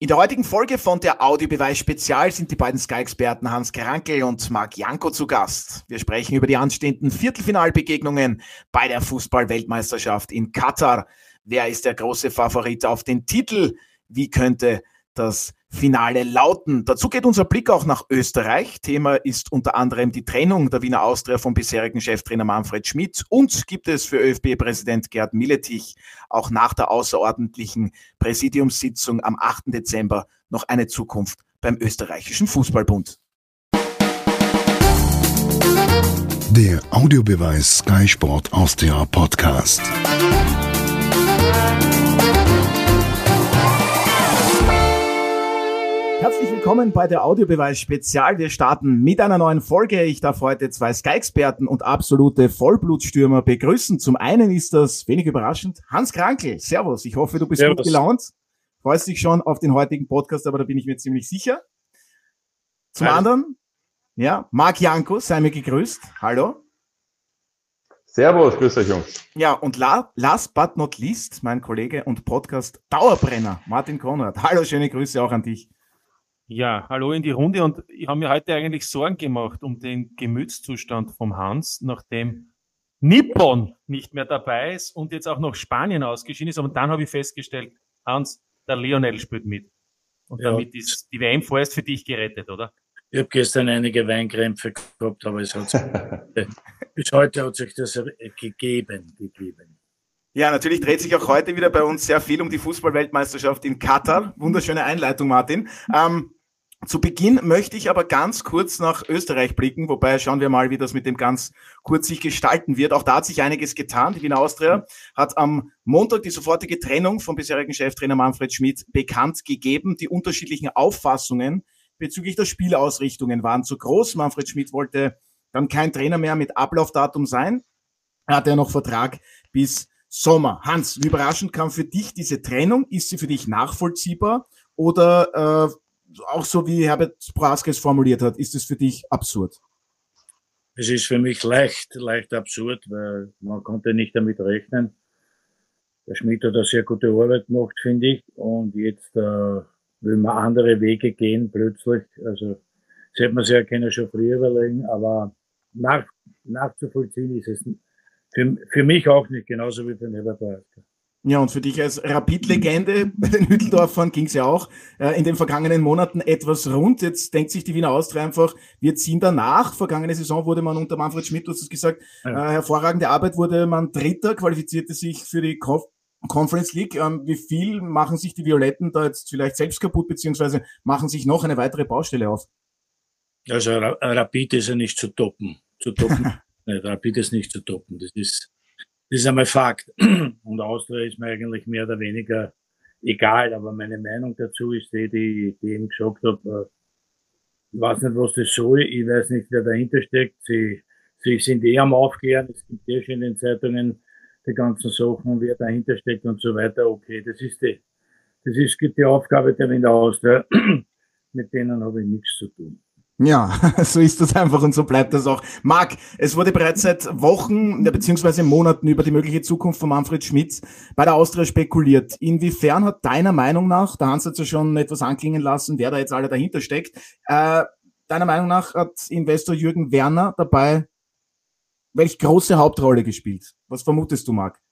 In der heutigen Folge von der Audiobeweis Spezial sind die beiden Sky-Experten Hans Krankl und Marc Janko zu Gast. Wir sprechen über die anstehenden Viertelfinalbegegnungen bei der Fußball-Weltmeisterschaft in Katar. Wer ist der große Favorit auf den Titel? Wie könnte das Finale lauten? Dazu geht unser Blick auch nach Österreich. Thema ist unter anderem die Trennung der Wiener Austria vom bisherigen Cheftrainer Manfred Schmidt. Und gibt es für ÖFB-Präsident Gerd Milletich auch nach der außerordentlichen Präsidiumssitzung am 8. Dezember noch eine Zukunft beim österreichischen Fußballbund? Der Audiobeweis Sky Sport Austria Podcast. Herzlich willkommen bei der Audiobeweis Spezial. Wir starten mit einer neuen Folge. Ich darf heute zwei Sky-Experten und absolute Vollblutstürmer begrüßen. Zum einen ist das, wenig überraschend, Hans Krankl. Servus, ich hoffe, du bist gut gelaunt. Freust dich schon auf den heutigen Podcast, aber da bin ich mir ziemlich sicher. Zum anderen, ja, Marc Janko, sei mir gegrüßt. Hallo. Servus, grüß euch Jungs. Ja, und last but not least, mein Kollege und Podcast-Dauerbrenner, Martin Konrad. Hallo, schöne Grüße auch an dich. Ja, hallo in die Runde, und ich habe mir heute eigentlich Sorgen gemacht um den Gemütszustand vom Hans, nachdem Nippon nicht mehr dabei ist und jetzt auch noch Spanien ausgeschieden ist. Aber dann habe ich festgestellt, Hans, der Lionel spielt mit. Und damit ist die WM vorerst für dich gerettet, oder? Ich habe gestern einige Weinkrämpfe gehabt, aber es hat sich, bis heute hat sich das gegeben. Ja, natürlich dreht sich auch heute wieder bei uns sehr viel um die Fußball-Weltmeisterschaft in Katar. Wunderschöne Einleitung, Martin. Zu Beginn möchte ich aber ganz kurz nach Österreich blicken, wobei schauen wir mal, wie das mit dem ganz kurz sich gestalten wird. Auch da hat sich einiges getan. Die Wiener Austria hat am Montag die sofortige Trennung vom bisherigen Cheftrainer Manfred Schmidt bekannt gegeben. Die unterschiedlichen Auffassungen bezüglich der Spielausrichtungen waren zu groß. Manfred Schmidt wollte dann kein Trainer mehr mit Ablaufdatum sein. Er hatte ja noch Vertrag bis Sommer. Hans, wie überraschend kam für dich diese Trennung? Ist sie für dich nachvollziehbar oder auch so wie Herbert Prohaska es formuliert hat, ist es für dich absurd? Es ist für mich leicht absurd, weil man konnte nicht damit rechnen. Der Schmidt hat eine sehr gute Arbeit gemacht, finde ich, und jetzt will man andere Wege gehen plötzlich. Also das hätte man sich ja können schon früher überlegen, aber nachzuvollziehen ist es für mich auch nicht, genauso wie für den Herbert Prohaska. Ja, und für dich als Rapid-Legende bei den Hütteldorfern ging es ja auch in den vergangenen Monaten etwas rund. Jetzt denkt sich die Wiener Austria einfach, wir ziehen danach. Vergangene Saison wurde man unter Manfred Schmidt, du hast es gesagt, hervorragende Arbeit, wurde man Dritter, qualifizierte sich für die Conference League. Wie viel machen sich die Violetten da jetzt vielleicht selbst kaputt, beziehungsweise machen sich noch eine weitere Baustelle auf? Also Rapid ist ja nicht zu toppen. Rapid ist nicht zu toppen. Das ist einmal Fakt. Und Austria ist mir eigentlich mehr oder weniger egal, aber meine Meinung dazu ist die ich eben gesagt habe, ich weiß nicht, was das soll, ich weiß nicht, wer dahinter steckt. Sie sind am Aufklären, es gibt schon in den Zeitungen die ganzen Sachen, wer dahinter steckt und so weiter. Okay, das ist die Aufgabe der Wiener Austria. Mit denen habe ich nichts zu tun. Ja, so ist das einfach und so bleibt das auch. Marc, es wurde bereits seit Wochen beziehungsweise Monaten über die mögliche Zukunft von Manfred Schmidt bei der Austria spekuliert. Inwiefern hat deiner Meinung nach, der Hans hat ja schon etwas anklingen lassen, wer da jetzt alle dahinter steckt, deiner Meinung nach hat Investor Jürgen Werner dabei welche große Hauptrolle gespielt? Was vermutest du, Marc?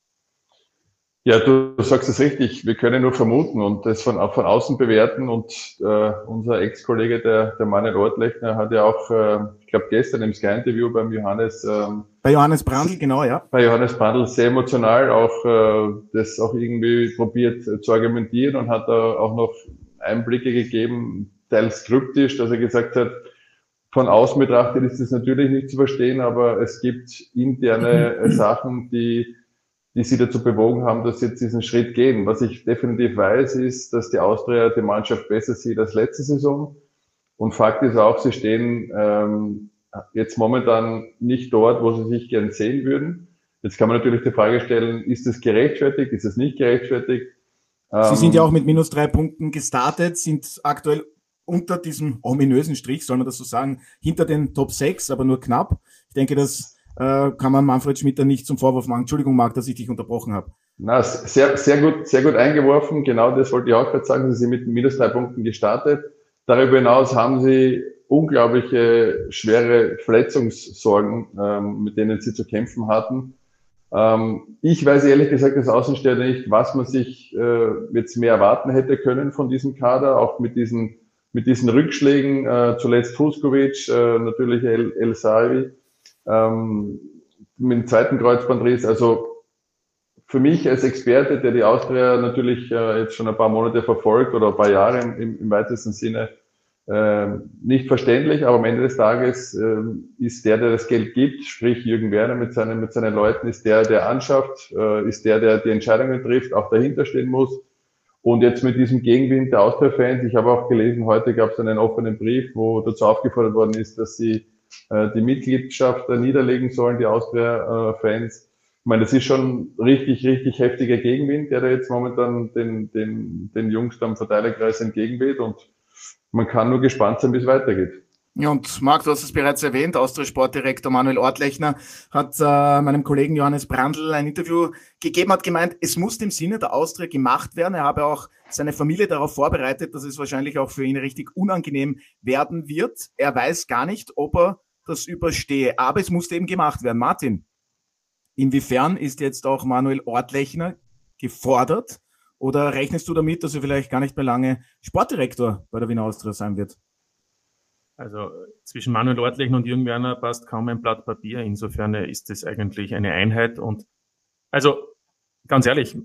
Ja, du sagst es richtig. Wir können nur vermuten und das von außen bewerten. Und unser Ex-Kollege, der Manuel Ortlechner, hat ja auch, ich glaube gestern im Sky-Interview beim Johannes... bei Johannes Brandl, genau, ja. Bei Johannes Brandl sehr emotional auch das auch irgendwie probiert zu argumentieren und hat da auch noch Einblicke gegeben, teils kryptisch, dass er gesagt hat, von außen betrachtet ist das natürlich nicht zu verstehen, aber es gibt interne Sachen, die sie dazu bewogen haben, dass sie jetzt diesen Schritt gehen. Was ich definitiv weiß, ist, dass die Austria die Mannschaft besser sieht als letzte Saison. Und Fakt ist auch, sie stehen jetzt momentan nicht dort, wo sie sich gern sehen würden. Jetzt kann man natürlich die Frage stellen, ist es gerechtfertigt, ist es nicht gerechtfertigt? Sie sind ja auch mit -3 Punkten gestartet, sind aktuell unter diesem ominösen Strich, soll man das so sagen, hinter den Top 6, aber nur knapp. Ich denke, das kann man Manfred Schmidt dann nicht zum Vorwurf machen. Entschuldigung, Marc, dass ich dich unterbrochen habe. Na, sehr gut eingeworfen. Genau das wollte ich auch gerade sagen. Sie sind mit minus 3 Punkten gestartet. Darüber hinaus haben sie unglaubliche schwere Verletzungssorgen, mit denen sie zu kämpfen hatten. Ich weiß ehrlich gesagt als Außenstehender nicht, was man sich jetzt mehr erwarten hätte können von diesem Kader, auch mit diesen Rückschlägen, zuletzt Fuskovic, natürlich El Saiwi, mit dem zweiten Kreuzbandriss. Also für mich als Experte, der die Austria natürlich jetzt schon ein paar Monate verfolgt oder ein paar Jahre im weitesten Sinne, nicht verständlich, aber am Ende des Tages ist der das Geld gibt, sprich Jürgen Werner mit seinen Leuten, ist der anschafft, ist der die Entscheidungen trifft, auch dahinter stehen muss. Und jetzt mit diesem Gegenwind der Austria-Fans, ich habe auch gelesen, heute gab es einen offenen Brief, wo dazu aufgefordert worden ist, dass sie die Mitgliedschaft niederlegen sollen, die Austria-Fans. Ich meine, das ist schon richtig, richtig heftiger Gegenwind, der da jetzt momentan den Jungs da im Verteilerkreis entgegenweht, und man kann nur gespannt sein, wie es weitergeht. Ja, und Marc, du hast es bereits erwähnt, Austria-Sportdirektor Manuel Ortlechner hat meinem Kollegen Johannes Brandl ein Interview gegeben, hat gemeint, es muss im Sinne der Austria gemacht werden. Er habe auch seine Familie darauf vorbereitet, dass es wahrscheinlich auch für ihn richtig unangenehm werden wird. Er weiß gar nicht, ob er das überstehe, aber es musste eben gemacht werden. Martin, inwiefern ist jetzt auch Manuel Ortlechner gefordert, oder rechnest du damit, dass er vielleicht gar nicht mehr lange Sportdirektor bei der Wiener Austria sein wird? Also zwischen Manuel Ortlechner und Jürgen Werner passt kaum ein Blatt Papier. Insofern ist es eigentlich eine Einheit. Und also ganz ehrlich,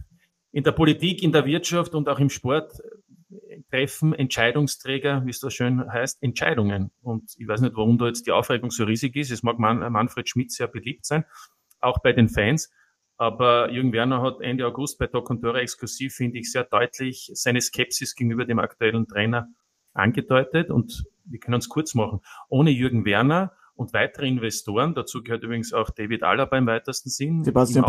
in der Politik, in der Wirtschaft und auch im Sport treffen Entscheidungsträger, wie es da schön heißt, Entscheidungen. Und ich weiß nicht, warum da jetzt die Aufregung so riesig ist. Es mag Manfred Schmidt sehr beliebt sein, auch bei den Fans. Aber Jürgen Werner hat Ende August bei Talk & Tore exklusiv, finde ich, sehr deutlich seine Skepsis gegenüber dem aktuellen Trainer angedeutet. Und wir können uns kurz machen. Ohne Jürgen Werner und weitere Investoren, dazu gehört übrigens auch David Alaba im weitesten Sinn. Sebastian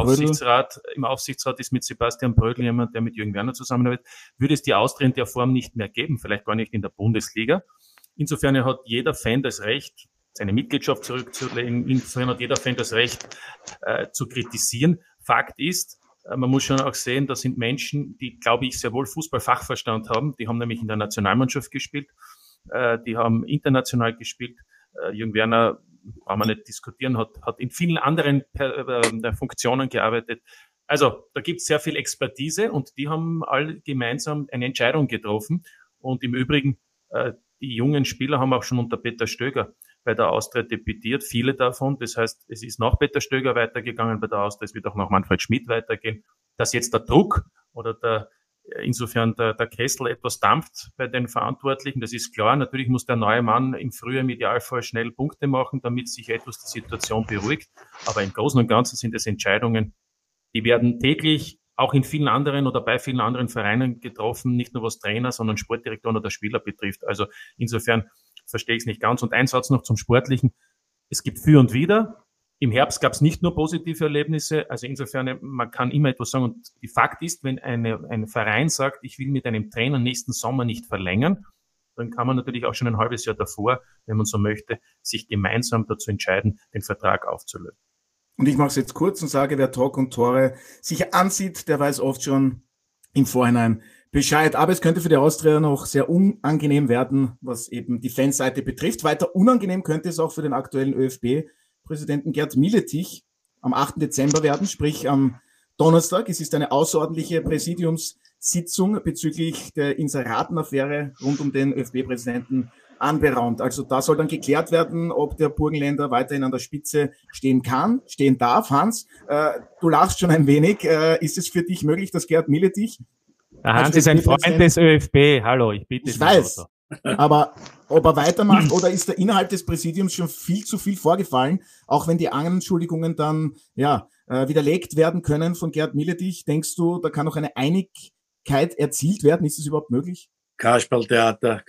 Im Aufsichtsrat ist mit Sebastian Brödel jemand, der mit Jürgen Werner zusammenarbeitet, würde es die Austria in der Form nicht mehr geben, vielleicht gar nicht in der Bundesliga. Insofern hat jeder Fan das Recht, seine Mitgliedschaft zurückzulegen. Insofern hat jeder Fan das Recht, zu kritisieren. Fakt ist, man muss schon auch sehen, das sind Menschen, die, glaube ich, sehr wohl Fußballfachverstand haben. Die haben nämlich in der Nationalmannschaft gespielt. Die haben international gespielt. Jürgen Werner, brauchen wir nicht diskutieren, hat in vielen anderen Funktionen gearbeitet. Also da gibt es sehr viel Expertise und die haben alle gemeinsam eine Entscheidung getroffen. Und im Übrigen, die jungen Spieler haben auch schon unter Peter Stöger bei der Austria debütiert, viele davon. Das heißt, es ist nach Peter Stöger weitergegangen bei der Austria, es wird auch nach Manfred Schmidt weitergehen. Dass jetzt der Druck oder insofern der Kessel etwas dampft bei den Verantwortlichen, das ist klar. Natürlich muss der neue Mann im Frühjahr im Idealfall schnell Punkte machen, damit sich etwas die Situation beruhigt. Aber im Großen und Ganzen sind es Entscheidungen, die werden täglich auch in vielen anderen oder bei vielen anderen Vereinen getroffen, nicht nur was Trainer, sondern Sportdirektoren oder Spieler betrifft. Also insofern verstehe ich es nicht ganz. Und ein Satz noch zum Sportlichen. Es gibt für und wider. Im Herbst gab es nicht nur positive Erlebnisse. Also insofern, man kann immer etwas sagen. Und die Fakt ist, wenn ein Verein sagt, ich will mit einem Trainer nächsten Sommer nicht verlängern, dann kann man natürlich auch schon ein halbes Jahr davor, wenn man so möchte, sich gemeinsam dazu entscheiden, den Vertrag aufzulösen. Und ich mache es jetzt kurz und sage, wer Talk und Tore sich ansieht, der weiß oft schon im Vorhinein Bescheid. Aber es könnte für die Austria noch sehr unangenehm werden, was eben die Fanseite betrifft. Weiter unangenehm könnte es auch für den aktuellen ÖFB-Präsidenten Gerd Miletich am 8. Dezember werden, sprich am Donnerstag. Es ist eine außerordentliche Präsidiumssitzung bezüglich der Inseratenaffäre rund um den ÖFB-Präsidenten anberaumt. Also da soll dann geklärt werden, ob der Burgenländer weiterhin an der Spitze stehen kann, stehen darf. Hans, du lachst schon ein wenig. Ist es für dich möglich, dass Gerd Miletich... Hans ist ein Freund des ÖFB. Hallo, ich bitte. Ich weiß, aber ob er weitermacht oder ist da innerhalb des Präsidiums schon viel zu viel vorgefallen, auch wenn die Anschuldigungen dann widerlegt werden können von Gerd Miletich, denkst du, da kann noch eine Einigkeit erzielt werden? Ist es überhaupt möglich? Kasperltheater.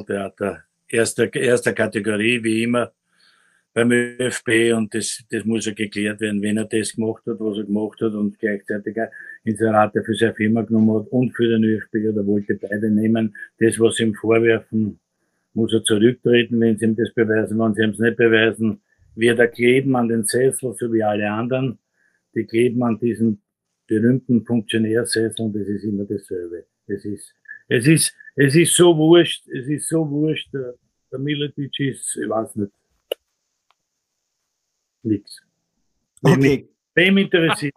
Erster Kategorie, wie immer, beim ÖFB, und das muss ja geklärt werden, wenn er das gemacht hat, was er gemacht hat und gleichzeitig Inserate für seine Firma genommen hat und für den ÖFB oder wollte beide nehmen. Das, was sie ihm vorwerfen, muss er zurücktreten, wenn sie ihm das beweisen. Wenn sie ihm es nicht beweisen, wird er kleben an den Sessel, so wie alle anderen. Die kleben an diesem berühmten Funktionärsesseln, das ist immer dasselbe. Es ist so wurscht, der Miletic ist, ich weiß nicht, nix. Okay. Wem interessiert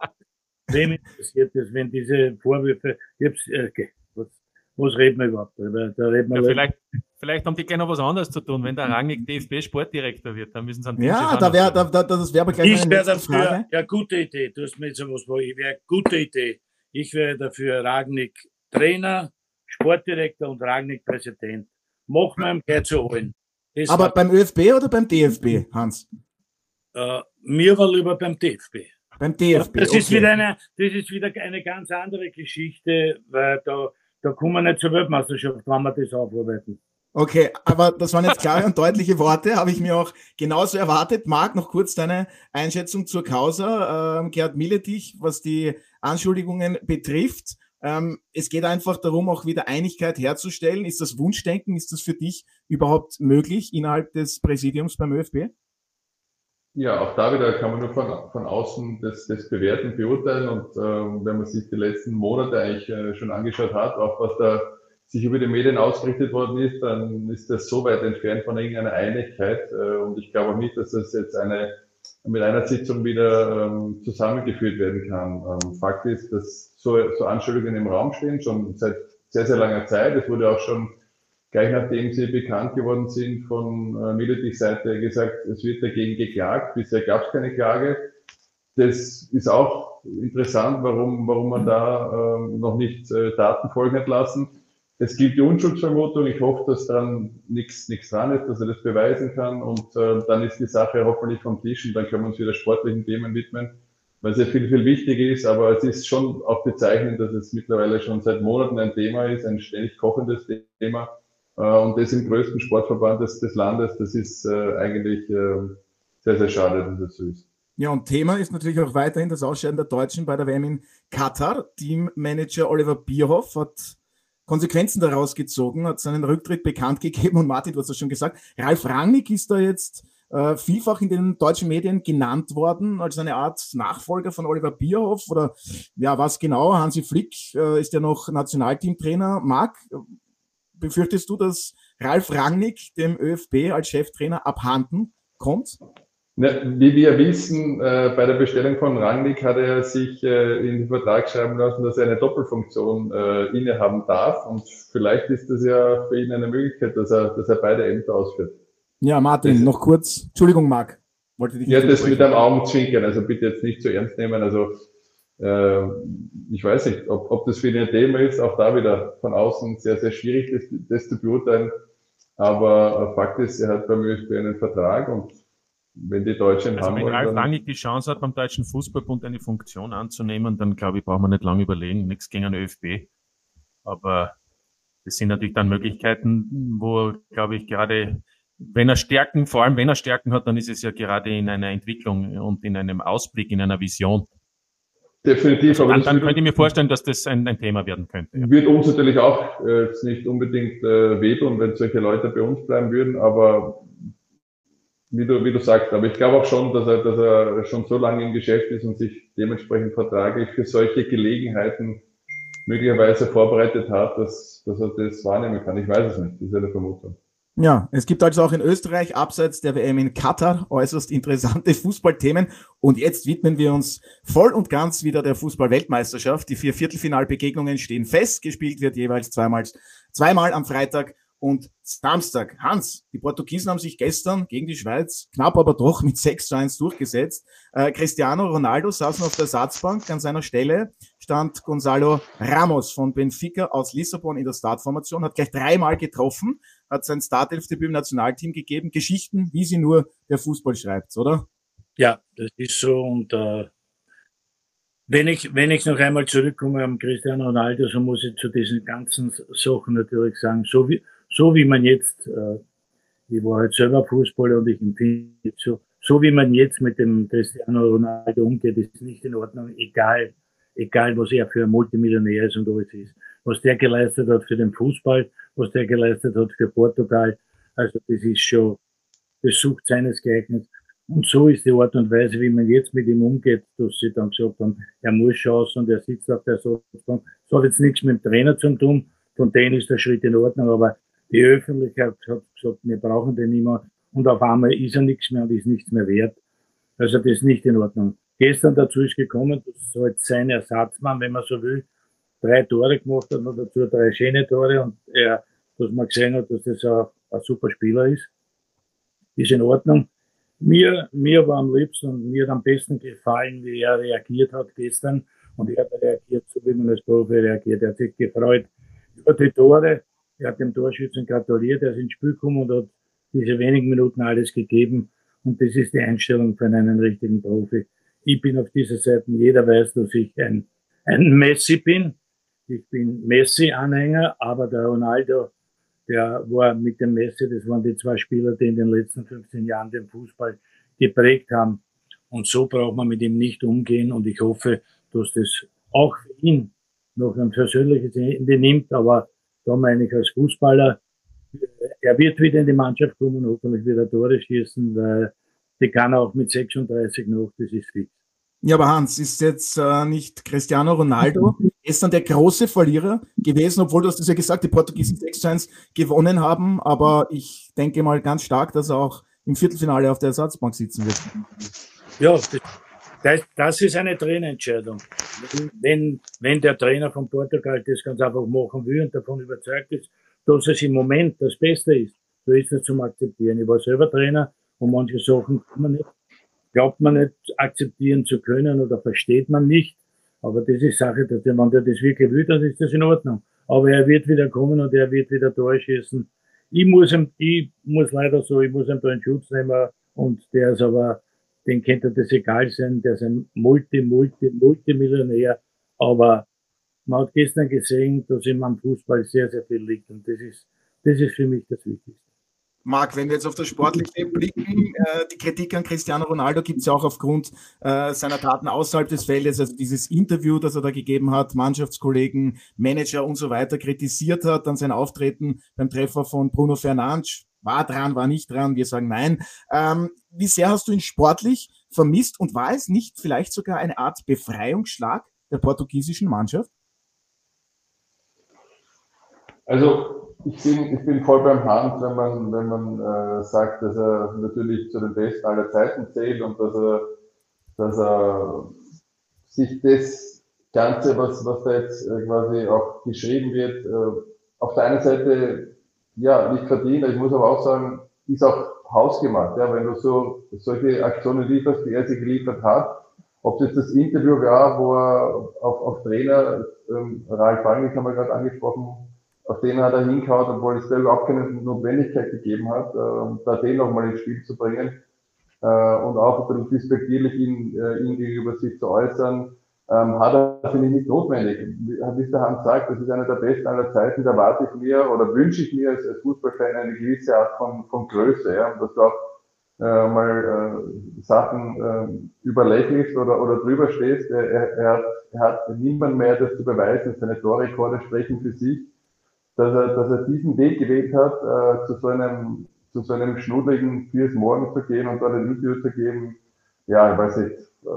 das, wenn diese Vorwürfe, okay, was reden wir überhaupt drüber? Da reden wir vielleicht haben die gerne noch was anderes zu tun. Wenn der Rangnick DFB-Sportdirektor wird, dann müssen sie an Ja, das wäre aber gleich ich wäre dafür, Frage. ja, gute Idee, du hast mir jetzt sowas vor, ich wäre gute Idee. Ich wäre dafür Rangnick Trainer, Sportdirektor und Rangnick Präsident. Machen wir ihm gleich zu allen. Aber beim ÖFB oder beim DFB, Hans? Mir war lieber beim DFB. Beim DFB. Das ist wieder eine ganz andere Geschichte, weil da kommen wir nicht zur Weltmeisterschaft, wenn wir das aufarbeiten. Okay, aber das waren jetzt klare und deutliche Worte, habe ich mir auch genauso erwartet. Marc, noch kurz deine Einschätzung zur Causa. Gerhard Miletic, was die Anschuldigungen betrifft. Es geht einfach darum, auch wieder Einigkeit herzustellen. Ist das Wunschdenken? Ist das für dich überhaupt möglich innerhalb des Präsidiums beim ÖFB? Ja, auch da wieder kann man nur von außen das bewerten, beurteilen und wenn man sich die letzten Monate eigentlich schon angeschaut hat, auch was da sich über die Medien ausgerichtet worden ist, dann ist das so weit entfernt von irgendeiner Einigkeit und ich glaube auch nicht, dass das jetzt mit einer Sitzung wieder zusammengeführt werden kann. Fakt ist, dass so Anschuldigungen im Raum stehen, schon seit sehr, sehr langer Zeit. Es wurde auch schon gleich nachdem sie bekannt geworden sind von Miletichs Seite gesagt, es wird dagegen geklagt. Bisher gab es keine Klage. Das ist auch interessant, warum man da noch nicht Taten folgen hat lassen. Es gibt die Unschuldsvermutung. Ich hoffe, dass dann nichts dran ist, dass er das beweisen kann. Und dann ist die Sache hoffentlich vom Tisch und dann können wir uns wieder sportlichen Themen widmen, weil es ja viel, viel wichtiger ist. Aber es ist schon auch bezeichnend, dass es mittlerweile schon seit Monaten ein Thema ist, ein ständig kochendes Thema. Und das im größten Sportverband des Landes, das ist eigentlich sehr, sehr schade, dass das so ist. Ja, und Thema ist natürlich auch weiterhin das Ausscheiden der Deutschen bei der WM in Katar. Teammanager Oliver Bierhoff hat Konsequenzen daraus gezogen, hat seinen Rücktritt bekannt gegeben und Martin, du hast das schon gesagt, Ralf Rangnick ist da jetzt vielfach in den deutschen Medien genannt worden als eine Art Nachfolger von Oliver Bierhoff oder ja, was genau? Hansi Flick ist ja noch Nationalteamtrainer. Marc, befürchtest du, dass Ralf Rangnick dem ÖFB als Cheftrainer abhanden kommt? Wie wir wissen, bei der Bestellung von Rangnick hat er sich in den Vertrag schreiben lassen, dass er eine Doppelfunktion innehaben darf. Und vielleicht ist das ja für ihn eine Möglichkeit, dass er beide Ämter ausführt. Ja, Martin, noch kurz. Entschuldigung, Marc. Wollte dich nicht das mit einem Augenzwinkern, also bitte jetzt nicht zu ernst nehmen. Also ich weiß nicht, ob das für ihn ein Thema ist, auch da wieder von außen sehr, sehr schwierig, das zu beurteilen. Aber Fakt ist, er hat beim ÖFB einen Vertrag und wenn die Deutschen also haben wenn wollen, Ralf Rangnick die Chance hat, beim Deutschen Fußballbund eine Funktion anzunehmen, dann glaube ich, braucht man nicht lange überlegen, nichts gegen den ÖFB. Aber das sind natürlich dann Möglichkeiten, wo, glaube ich, gerade vor allem wenn er Stärken hat, dann ist es ja gerade in einer Entwicklung und in einem Ausblick, in einer Vision. Definitiv. Also dann könnte ich mir vorstellen, dass das ein Thema werden könnte. Ja. Wird uns natürlich auch nicht unbedingt wehtun, wenn solche Leute bei uns bleiben würden, aber wie du sagst, aber ich glaube auch schon, dass er schon so lange im Geschäft ist und sich dementsprechend vertraglich für solche Gelegenheiten möglicherweise vorbereitet hat, dass er das wahrnehmen kann. Ich weiß es nicht, das ist eine Vermutung. Ja, es gibt also auch in Österreich abseits der WM in Katar äußerst interessante Fußballthemen und jetzt widmen wir uns voll und ganz wieder der Fußball-Weltmeisterschaft. Die 4 Viertelfinalbegegnungen stehen fest, gespielt wird jeweils zweimal am Freitag und Samstag. Hans, die Portugiesen haben sich gestern gegen die Schweiz knapp aber doch mit 6:1 durchgesetzt. Cristiano Ronaldo saß noch auf der Ersatzbank. An seiner Stelle stand Gonzalo Ramos von Benfica aus Lissabon in der Startformation, hat gleich 3-mal getroffen, hat sein Startelfdebüt im Nationalteam gegeben. Geschichten, wie sie nur der Fußball schreibt, oder? Ja, das ist so. Und wenn ich noch einmal zurückkomme am Cristiano Ronaldo, so muss ich zu diesen ganzen Sachen natürlich sagen, so wie man jetzt, ich war halt selber Fußballer und ich empfinde so wie man jetzt mit dem Cristiano Ronaldo umgeht, ist nicht in Ordnung, egal was er für ein Multimillionär ist und alles ist. Was der geleistet hat für den Fußball, was der geleistet hat für Portugal, also das ist schon, das sucht seinesgleichen. Und so ist die Art und Weise, wie man jetzt mit ihm umgeht, dass sie dann gesagt haben, er muss schauen und er sitzt auf der Ersatzbank. Das hat jetzt nichts mit dem Trainer zu tun, von denen ist der Schritt in Ordnung, aber die Öffentlichkeit hat gesagt, wir brauchen den nicht mehr und auf einmal ist er nichts mehr und ist nichts mehr wert. Also das ist nicht in Ordnung. Gestern dazu ist gekommen, dass halt sein Ersatzmann, wenn man so will, 3 Tore gemacht hat und dazu 3 schöne Tore und dass man gesehen hat, dass das ein super Spieler ist in Ordnung. Mir war am liebsten und mir hat am besten gefallen, wie er reagiert hat gestern. Und er hat reagiert, so wie man als Profi reagiert. Er hat sich gefreut über die Tore. Er hat dem Torschützen gratuliert. Er ist ins Spiel gekommen und hat diese wenigen Minuten alles gegeben. Und das ist die Einstellung von einem richtigen Profi. Ich bin auf dieser Seite. Jeder weiß, dass ich ein Messi bin. Ich bin Messi-Anhänger, aber der Ronaldo, der war mit dem Messi, das waren die 2 Spieler, die in den letzten 15 Jahren den Fußball geprägt haben. Und so braucht man mit ihm nicht umgehen. Und ich hoffe, dass das auch für ihn noch ein persönliches Ende nimmt. Aber da meine ich als Fußballer, er wird wieder in die Mannschaft kommen, hoffentlich wieder Tore schießen, weil die kann er auch mit 36 noch, das ist fix. Ja, aber Hans, ist jetzt nicht Cristiano Ronaldo gestern der große Verlierer gewesen, obwohl du hast es ja gesagt, die Portugiesen 6:1 gewonnen haben, aber ich denke mal ganz stark, dass er auch im Viertelfinale auf der Ersatzbank sitzen wird. Ja, das ist eine Trainerentscheidung. Wenn der Trainer von Portugal das ganz einfach machen will und davon überzeugt ist, dass es im Moment das Beste ist, so ist es zum Akzeptieren. Ich war selber Trainer und manche Sachen glaubt man nicht akzeptieren zu können oder versteht man nicht. Aber das ist Sache, dass wenn der das wirklich will, dann ist das in Ordnung. Aber er wird wieder kommen und er wird wieder Tor schießen. Ich muss leider so, ich muss ihm da in Schutz nehmen und der ist aber, den könnte das egal sein, der ist ein Multimillionär, aber man hat gestern gesehen, dass ihm am Fußball sehr, sehr viel liegt und das ist für mich das Wichtigste. Marc, wenn wir jetzt auf das Sportliche blicken, die Kritik an Cristiano Ronaldo gibt es ja auch aufgrund seiner Taten außerhalb des Feldes, also dieses Interview, das er da gegeben hat, Mannschaftskollegen, Manager und so weiter kritisiert hat, dann sein Auftreten beim Treffer von Bruno Fernandes, war dran, war nicht dran, wir sagen nein. Wie sehr hast du ihn sportlich vermisst und war es nicht vielleicht sogar eine Art Befreiungsschlag der portugiesischen Mannschaft? Also ich bin voll beim Hans, wenn man sagt, dass er natürlich zu den Besten aller Zeiten zählt und dass er sich das Ganze, was da jetzt quasi auch geschrieben wird, auf der einen Seite ja nicht verdient. Ich muss aber auch sagen, ist auch hausgemacht. Ja, wenn du solche Aktionen lieferst, wie er sie geliefert hat, ob das das Interview war, wo er auf Trainer, Ralf Rangnick haben wir gerade angesprochen, auf den hat er hingehauen, obwohl es da überhaupt keine Notwendigkeit gegeben hat, da den nochmal ins Spiel zu bringen und auch ein bisschen despektierlich ihn gegenüber sich zu äußern, hat er, finde ich, nicht notwendig. Wie der Hans sagt, das ist einer der besten aller Zeiten, da erwarte ich mir oder wünsche ich mir als Fußballfan eine gewisse Art von Größe, ja, und dass du auch mal Sachen überlächelst oder drüber stehst. Er hat niemand mehr das zu beweisen, seine Torrekorde sprechen für sich. Dass er diesen Weg gewählt hat, zu so einem schnuddeligen Piers Morgan zu gehen und dort ein Interview zu geben, ja, ich weiß nicht, ich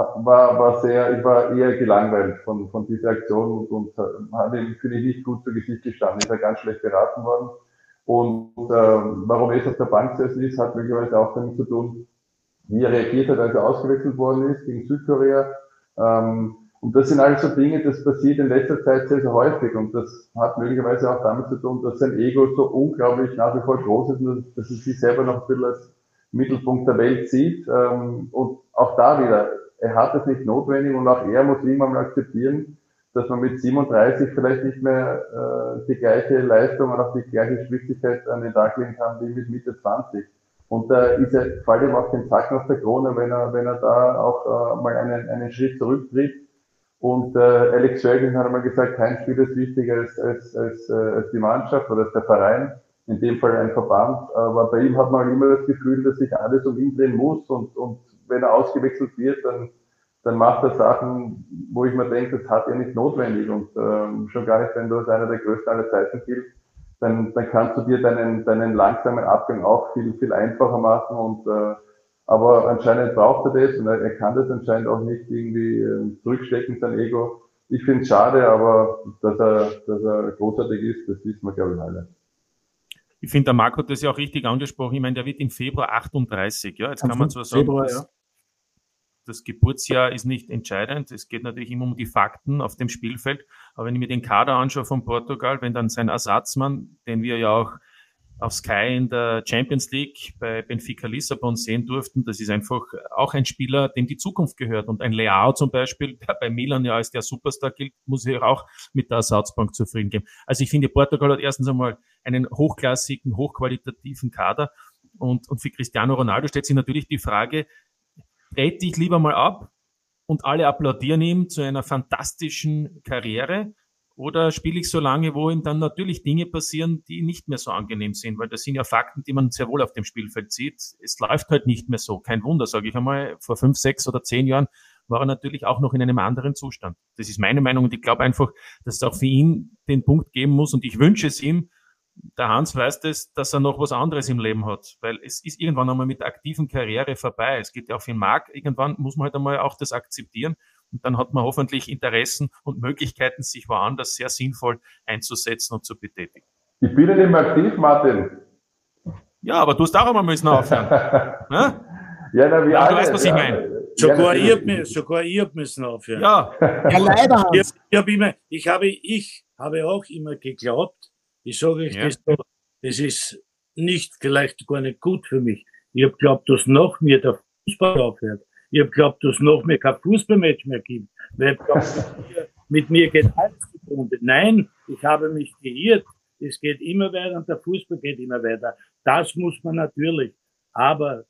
war eher gelangweilt von dieser Aktion und hat ihm, finde ich, nicht gut zu Gesicht gestanden. Ist er ganz schlecht beraten worden. Und warum er jetzt auf der Bank gesessen ist, hat möglicherweise auch damit zu tun, wie er reagiert hat, als er ausgewechselt worden ist gegen Südkorea. Und das sind alles so Dinge, das passiert in letzter Zeit sehr, sehr häufig. Und das hat möglicherweise auch damit zu tun, dass sein Ego so unglaublich nach wie vor groß ist und dass er sich selber noch ein bisschen als Mittelpunkt der Welt sieht. Und auch da wieder, er hat es nicht notwendig und auch er muss irgendwann mal akzeptieren, dass man mit 37 vielleicht nicht mehr die gleiche Leistung und auch die gleiche Schwierigkeit an den Tag legen kann wie mit Mitte 20. Und da fällt ihm auch den Zacken aus der Krone, wenn er da auch mal einen Schritt zurücktritt. Und Alex Ferguson hat einmal gesagt, kein Spieler ist wichtiger als die Mannschaft oder als der Verein, in dem Fall ein Verband. Aber bei ihm hat man immer das Gefühl, dass sich alles um ihn drehen muss und wenn er ausgewechselt wird, dann macht er Sachen, wo ich mir denke, das hat er nicht notwendig und schon gar nicht, wenn du als einer der größten aller Zeiten giltst, dann kannst du dir deinen langsamen Abgang auch viel, viel einfacher machen und Aber anscheinend braucht er das und er kann das anscheinend auch nicht irgendwie zurückstecken, sein Ego. Ich finde es schade, aber dass er großartig ist, das wissen wir, glaube ich, alle. Ich finde, der Marco hat das ja auch richtig angesprochen. Ich meine, der wird im Februar 38. Ja, jetzt kann man zwar sagen, das Geburtsjahr ist nicht entscheidend. Es geht natürlich immer um die Fakten auf dem Spielfeld. Aber wenn ich mir den Kader anschaue von Portugal, wenn dann sein Ersatzmann, den wir ja auch auf Sky in der Champions League bei Benfica Lissabon sehen durften, das ist einfach auch ein Spieler, dem die Zukunft gehört. Und ein Leao zum Beispiel, der bei Milan ja als der Superstar gilt, muss sich auch mit der Ersatzbank zufrieden geben. Also ich finde, Portugal hat erstens einmal einen hochklassigen, hochqualitativen Kader. Und für Cristiano Ronaldo stellt sich natürlich die Frage, trete ich lieber mal ab und alle applaudieren ihm zu einer fantastischen Karriere, oder spiele ich so lange, wo ihm dann natürlich Dinge passieren, die nicht mehr so angenehm sind, weil das sind ja Fakten, die man sehr wohl auf dem Spielfeld sieht. Es läuft halt nicht mehr so. Kein Wunder, sage ich einmal. Vor 5, 6 oder 10 Jahren war er natürlich auch noch in einem anderen Zustand. Das ist meine Meinung und ich glaube einfach, dass es auch für ihn den Punkt geben muss und ich wünsche es ihm. Der Hans weiß das, dass er noch was anderes im Leben hat, weil es ist irgendwann einmal mit der aktiven Karriere vorbei. Es geht ja auch für den Markt. Irgendwann muss man halt einmal auch das akzeptieren. Und dann hat man hoffentlich Interessen und Möglichkeiten, sich woanders sehr sinnvoll einzusetzen und zu betätigen. Ich bin ja nicht mehr aktiv, Martin. Ja, aber du hast auch einmal müssen aufhören. Ja, na, wie ja, alle, du weißt, was ich meine. Sogar ihr habt müssen aufhören. Ja, leider. Ich habe auch immer geglaubt, ich sage euch das so, das ist nicht, vielleicht gar nicht gut für mich. Ich habe geglaubt, dass noch mir der Fußball aufhört. Ich habe geglaubt, dass noch mehr kein Fußballmatch mehr gibt. Weil ich glaub, mit mir geht alles verbunden. Nein, ich habe mich geirrt. Es geht immer weiter und der Fußball geht immer weiter. Das muss man natürlich. Aber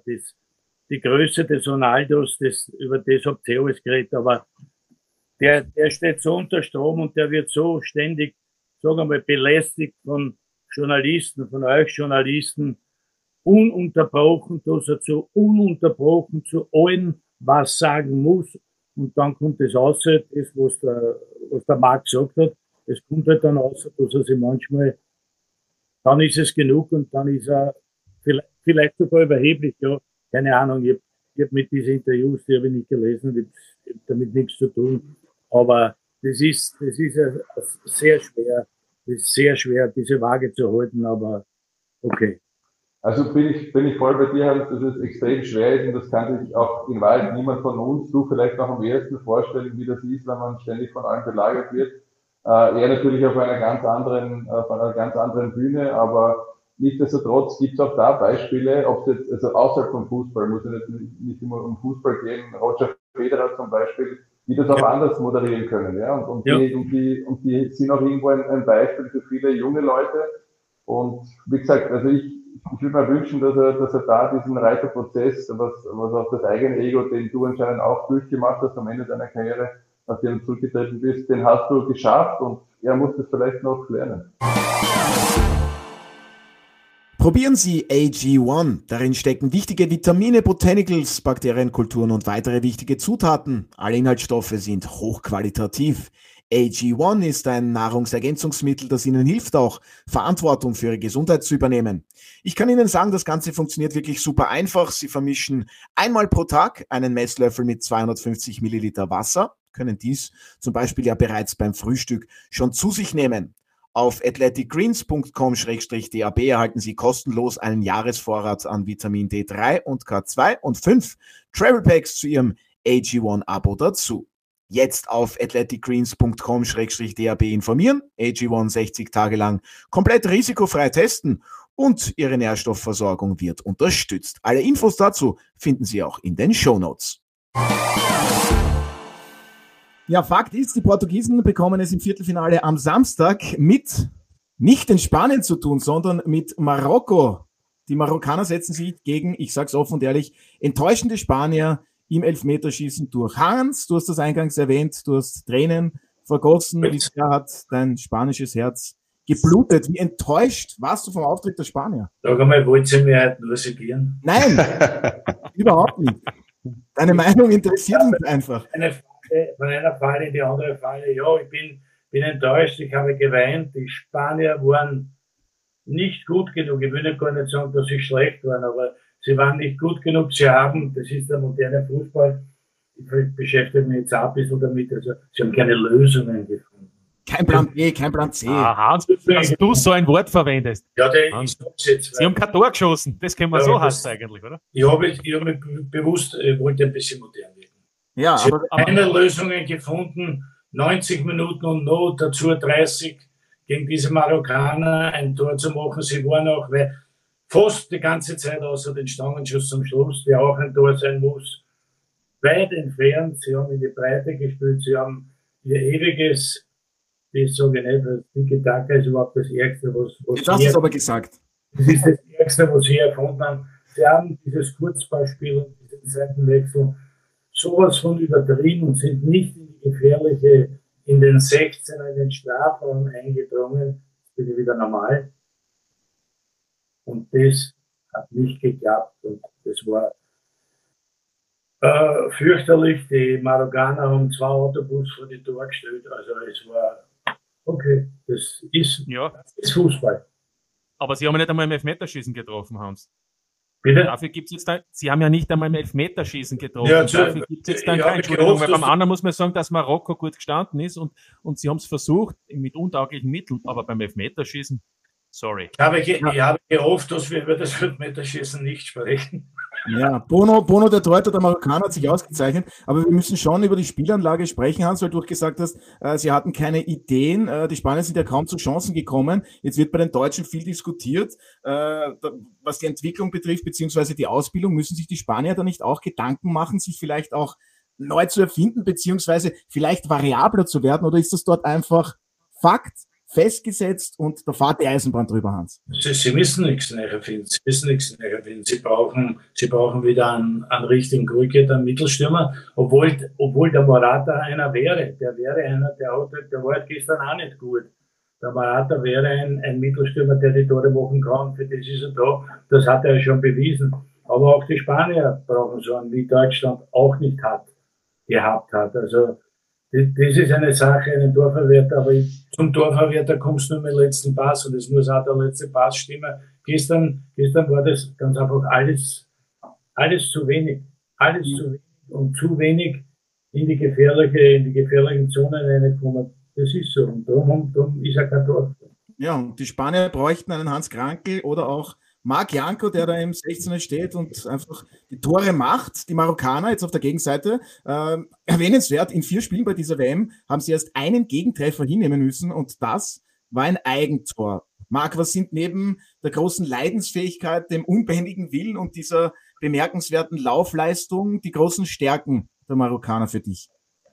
die Größe des Ronaldos, über das habt ihr alles geredet, aber der steht so unter Strom und der wird so ständig, sagen wir mal, belästigt von Journalisten, von euch Journalisten, ununterbrochen, dass er ununterbrochen zu allen was sagen muss. Und dann kommt das raus, das, was der Marc gesagt hat, es kommt halt dann raus, dass er sich manchmal, dann ist es genug und dann ist er vielleicht sogar überheblich, ja, keine Ahnung, ich hab mit diesen Interviews, die habe ich nicht gelesen, ich hab damit nichts zu tun, aber das ist sehr schwer, diese Waage zu halten, aber okay. Also bin ich voll bei dir, Hans, dass es extrem schwer ist und das kann sich auch in Wahrheit niemand von uns, du vielleicht noch am ehesten vorstellen, wie das ist, wenn man ständig von allen belagert wird. Er natürlich auf einer ganz anderen Bühne, aber nichtsdestotrotz gibt es auch da Beispiele, ob es jetzt, also außerhalb vom Fußball, muss ja nicht immer um Fußball gehen, Roger Federer zum Beispiel, die das auch anders moderieren können, ja, und die sind auch irgendwo ein Beispiel für viele junge Leute. Und wie gesagt, also ich würde mir wünschen, dass er da diesen Reiterprozess, was auch das eigene Ego, den du anscheinend auch durchgemacht hast am Ende deiner Karriere, nachdem du zurückgetreten bist, den hast du geschafft und er muss das vielleicht noch lernen. Probieren Sie AG1. Darin stecken wichtige Vitamine, Botanicals, Bakterienkulturen und weitere wichtige Zutaten. Alle Inhaltsstoffe sind hochqualitativ. AG1 ist ein Nahrungsergänzungsmittel, das Ihnen hilft, auch Verantwortung für Ihre Gesundheit zu übernehmen. Ich kann Ihnen sagen, das Ganze funktioniert wirklich super einfach. Sie vermischen einmal pro Tag einen Messlöffel mit 250 Milliliter Wasser, können dies zum Beispiel ja bereits beim Frühstück schon zu sich nehmen. Auf athleticgreens.com/dab erhalten Sie kostenlos einen Jahresvorrat an Vitamin D3 und K2 und 5 Travel Packs zu Ihrem AG1-Abo dazu. Jetzt auf athleticgreens.com/dab informieren, AG1 60 Tage lang komplett risikofrei testen und Ihre Nährstoffversorgung wird unterstützt. Alle Infos dazu finden Sie auch in den Shownotes. Ja, Fakt ist, die Portugiesen bekommen es im Viertelfinale am Samstag mit nicht in Spanien zu tun, sondern mit Marokko. Die Marokkaner setzen sich gegen, ich sag's offen und ehrlich, enttäuschende Spanier im Elfmeterschießen durch. Hans, du hast das eingangs erwähnt, du hast Tränen vergossen. Wie sehr hat dein spanisches Herz geblutet? Wie enttäuscht warst du vom Auftritt der Spanier? Sag einmal, wollt ihr mir heute nur segieren? Nein, überhaupt nicht. Deine Meinung interessiert mich einfach. Von einer Falle in die andere Falle. Ja, ich bin enttäuscht, ich habe geweint. Die Spanier waren nicht gut genug. Ich will nicht gar nicht sagen, dass sie schlecht waren, aber sie waren nicht gut genug, das ist der moderne Fußball, ich beschäftige mich jetzt auch ein bisschen damit, also sie haben keine Lösungen gefunden. Kein Plan B, kein Plan C. Hans, dass du so ein Wort verwendest. Ja, ich sag's jetzt. Sie haben kein Tor geschossen, das können wir Ja, so heißen eigentlich, oder? Ich habe mich bewusst, ich wollte ein bisschen modern werden. Ja, Sie haben keine Lösungen gefunden, 90 Minuten und Not, dazu 30 gegen diese Marokkaner ein Tor zu machen. Sie waren auch fast die ganze Zeit außer den Stangenschuss zum Schluss, der auch ein Tor sein muss, weit entfernt. Sie haben in die Breite gespielt, sie haben ihr ewiges, ich sage nicht, das Tiki-Taka ist überhaupt das Ärgste, was jetzt hast du es aber gesagt. das ist das Ärgste, was sie erfunden haben. Sie haben dieses Kurzballspiel und diesen Seitenwechsel sowas von übertrieben und sind nicht in die gefährliche, in den 16er, in den Strafraum eingedrungen. Jetzt bin ich wieder normal. Und das hat nicht geklappt und das war fürchterlich. Die Marokkaner haben 2 Autobus vor die Tor gestellt. Also es war okay, das ist Fußball. Aber Sie haben ja nicht einmal im Elfmeterschießen getroffen, Hans. Bitte? Dafür gibt's jetzt Sie haben ja nicht einmal im Elfmeterschießen getroffen. Ja, dafür gibt es jetzt dann keine Entschuldigung. Weil beim anderen muss man sagen, dass Marokko gut gestanden ist und Sie haben es versucht mit untauglichen Mitteln, aber beim Elfmeterschießen, sorry. Ich habe gehofft, dass wir über das Elfmeterschießen nicht sprechen. Ja, Bono, der Torhüter der Marokkaner, hat sich ausgezeichnet, aber wir müssen schon über die Spielanlage sprechen, Hans, weil du auch gesagt hast, sie hatten keine Ideen, die Spanier sind ja kaum zu Chancen gekommen, jetzt wird bei den Deutschen viel diskutiert, was die Entwicklung betrifft, beziehungsweise die Ausbildung, müssen sich die Spanier da nicht auch Gedanken machen, sich vielleicht auch neu zu erfinden, beziehungsweise vielleicht variabler zu werden, oder ist das dort einfach Fakt, festgesetzt und da fährt die Eisenbahn drüber, Hans? Sie müssen nichts mehr erfinden. Sie brauchen wieder einen richtigen Goalgetter, einen Mittelstürmer, obwohl der Morata einer wäre. Der war gestern auch nicht gut. Der Morata wäre ein Mittelstürmer, der die Tore machen kann. Für das ist er da. Das hat er schon bewiesen. Aber auch die Spanier brauchen so einen, wie Deutschland auch nicht gehabt hat. Also das ist eine Sache, einen Torverwerter, aber zum Torverwerter kommst du nur mit dem letzten Pass und es muss auch der letzte Pass stimmen. Gestern war das ganz einfach alles zu wenig. Alles zu wenig und zu wenig in die gefährlichen Zonen reingekommen. Das ist so und darum ist er kein Tor. Ja, und die Spanier bräuchten einen Hans Krankl oder auch Marc Janko, der da im 16er steht und einfach die Tore macht. Die Marokkaner jetzt auf der Gegenseite, erwähnenswert, in 4 Spielen bei dieser WM haben sie erst einen Gegentreffer hinnehmen müssen und das war ein Eigentor. Marc, was sind neben der großen Leidensfähigkeit, dem unbändigen Willen und dieser bemerkenswerten Laufleistung die großen Stärken der Marokkaner für dich?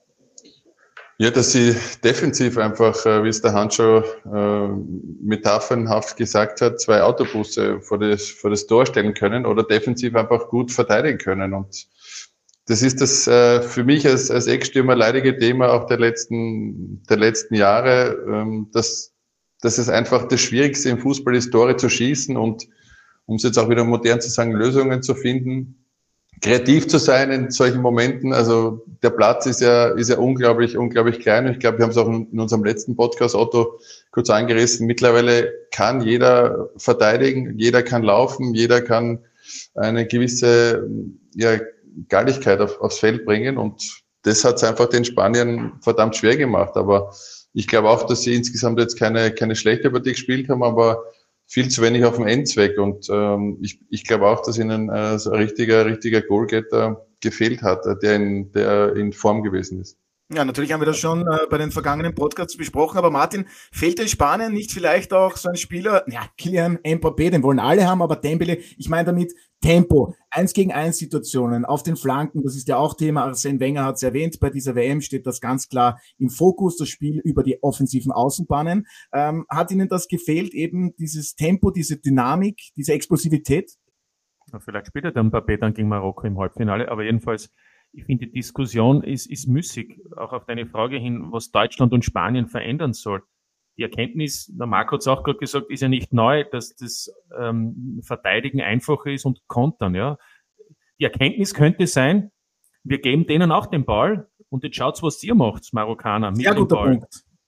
Ja, dass sie defensiv einfach, wie es der Hans schon metaphernhaft gesagt hat, 2 Autobusse vor das Tor stellen können oder defensiv einfach gut verteidigen können. Und das ist das für mich als Ex-Stürmer leidige Thema auch der letzten Jahre, dass es einfach das Schwierigste im Fußball ist, Tore zu schießen und, um es jetzt auch wieder modern zu sagen, Lösungen zu finden. Kreativ zu sein in solchen Momenten, also der Platz ist ja unglaublich klein. Ich glaube, wir haben es auch in unserem letzten Podcast, Otto, kurz angerissen. Mittlerweile kann jeder verteidigen, jeder kann laufen, jeder kann eine gewisse Galligkeit aufs Feld bringen und das hat es einfach den Spaniern verdammt schwer gemacht. Aber ich glaube auch, dass sie insgesamt jetzt keine schlechte Partie gespielt haben, aber viel zu wenig auf dem Endzweck und ich glaube auch, dass ihnen so ein richtiger Goalgetter gefehlt hat, der in Form gewesen ist. Ja, natürlich haben wir das schon bei den vergangenen Podcasts besprochen, aber Martin, fehlt den Spaniern nicht vielleicht auch so ein Spieler, Kylian Mbappé, den wollen alle haben, aber Dembele, ich meine damit Tempo, 1-gegen-1 Situationen auf den Flanken, das ist ja auch Thema, Arsene Wenger hat es erwähnt, bei dieser WM steht das ganz klar im Fokus, das Spiel über die offensiven Außenbahnen. Hat Ihnen das gefehlt, eben dieses Tempo, diese Dynamik, diese Explosivität? Ja, vielleicht spielt er dann Mbappé dann gegen Marokko im Halbfinale, aber jedenfalls ich finde, die Diskussion ist müßig, auch auf deine Frage hin, was Deutschland und Spanien verändern soll. Die Erkenntnis, der Marco hat es auch gerade gesagt, ist ja nicht neu, dass das Verteidigen einfacher ist und kontern. Ja. Die Erkenntnis könnte sein, wir geben denen auch den Ball und jetzt schaut's, was ihr macht, Marokkaner, mit Sehr dem guter Ball. Punkt.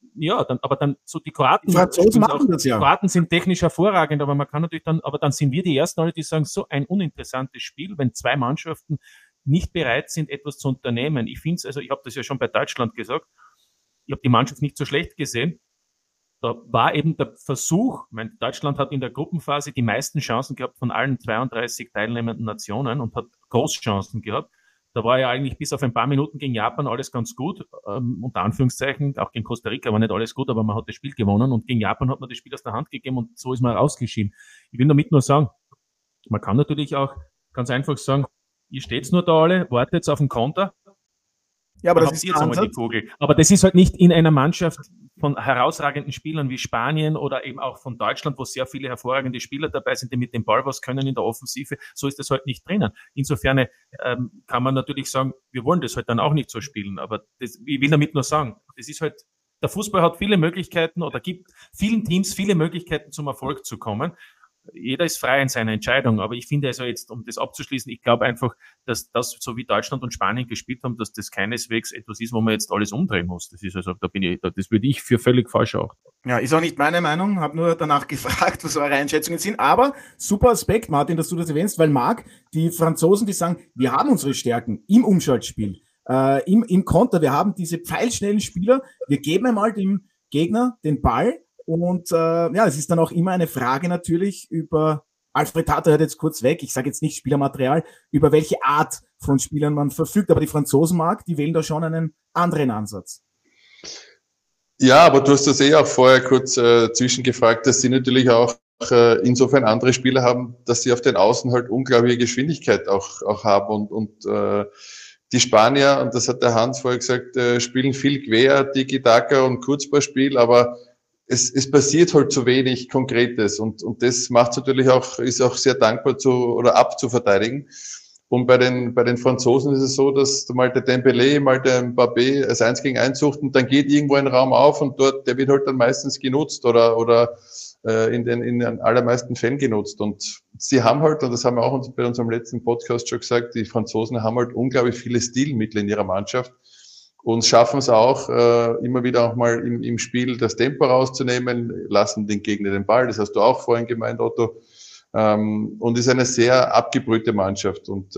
ja, aber dann so die Kroaten. Die Franzosen machen das ja. Die Kroaten sind technisch hervorragend, aber man kann natürlich aber dann sind wir die ersten alle, die sagen, so ein uninteressantes Spiel, wenn zwei Mannschaften nicht bereit sind, etwas zu unternehmen. Ich finde es, also ich habe das ja schon bei Deutschland gesagt, ich habe die Mannschaft nicht so schlecht gesehen. Da war eben der Versuch, Deutschland hat in der Gruppenphase die meisten Chancen gehabt von allen 32 teilnehmenden Nationen und hat Großchancen gehabt. Da war ja eigentlich bis auf ein paar Minuten gegen Japan alles ganz gut, unter Anführungszeichen, auch gegen Costa Rica war nicht alles gut, aber man hat das Spiel gewonnen und gegen Japan hat man das Spiel aus der Hand gegeben und so ist man rausgeschieden. Ich will damit nur sagen, man kann natürlich auch ganz einfach sagen, ihr steht's nur da alle, wartet auf den Konter. Ja, aber das ist jetzt einmal die Vogel. Aber das ist halt nicht in einer Mannschaft von herausragenden Spielern wie Spanien oder eben auch von Deutschland, wo sehr viele hervorragende Spieler dabei sind, die mit dem Ball was können in der Offensive. So ist das halt nicht drinnen. Insofern kann man natürlich sagen, wir wollen das halt dann auch nicht so spielen. Aber ich will damit nur sagen, das ist halt, der Fußball hat viele Möglichkeiten oder gibt vielen Teams viele Möglichkeiten zum Erfolg zu kommen. Jeder ist frei in seiner Entscheidung, aber ich finde also jetzt, um das abzuschließen, ich glaube einfach, dass das, so wie Deutschland und Spanien gespielt haben, dass das keineswegs etwas ist, wo man jetzt alles umdrehen muss. Das ist also, das würde ich für völlig falsch achten. Ja, ist auch nicht meine Meinung, habe nur danach gefragt, was eure Einschätzungen sind, aber super Aspekt, Martin, dass du das erwähnst, weil Marc, die Franzosen, die sagen, wir haben unsere Stärken im Umschaltspiel, im Konter, wir haben diese pfeilschnellen Spieler, wir geben einmal dem Gegner den Ball. Und ja, es ist dann auch immer eine Frage natürlich über, Alfred Tater hört jetzt kurz weg, ich sage jetzt nicht Spielermaterial, über welche Art von Spielern man verfügt. Aber die Franzosen, Marc, die wählen da schon einen anderen Ansatz. Ja, aber du hast das auch vorher kurz zwischengefragt, dass sie natürlich auch insofern andere Spieler haben, dass sie auf den Außen halt unglaubliche Geschwindigkeit auch haben. Und die Spanier, und das hat der Hans vorher gesagt, spielen viel quer, Tiki-Taka und Kurzballspiel, aber es passiert halt zu wenig Konkretes und das macht natürlich auch, ist auch sehr dankbar oder abzuverteidigen. Und bei den Franzosen ist es so, dass mal der Dembélé, mal der Mbappé als 1 gegen 1 sucht und dann geht irgendwo ein Raum auf und dort, der wird halt dann meistens genutzt oder in den allermeisten Fällen genutzt. Und sie haben halt, und das haben wir auch bei unserem letzten Podcast schon gesagt, die Franzosen haben halt unglaublich viele Stilmittel in ihrer Mannschaft. Und schaffen es auch, immer wieder auch mal im Spiel das Tempo rauszunehmen, lassen den Gegner den Ball, das hast du auch vorhin gemeint, Otto, und ist eine sehr abgebrühte Mannschaft. Und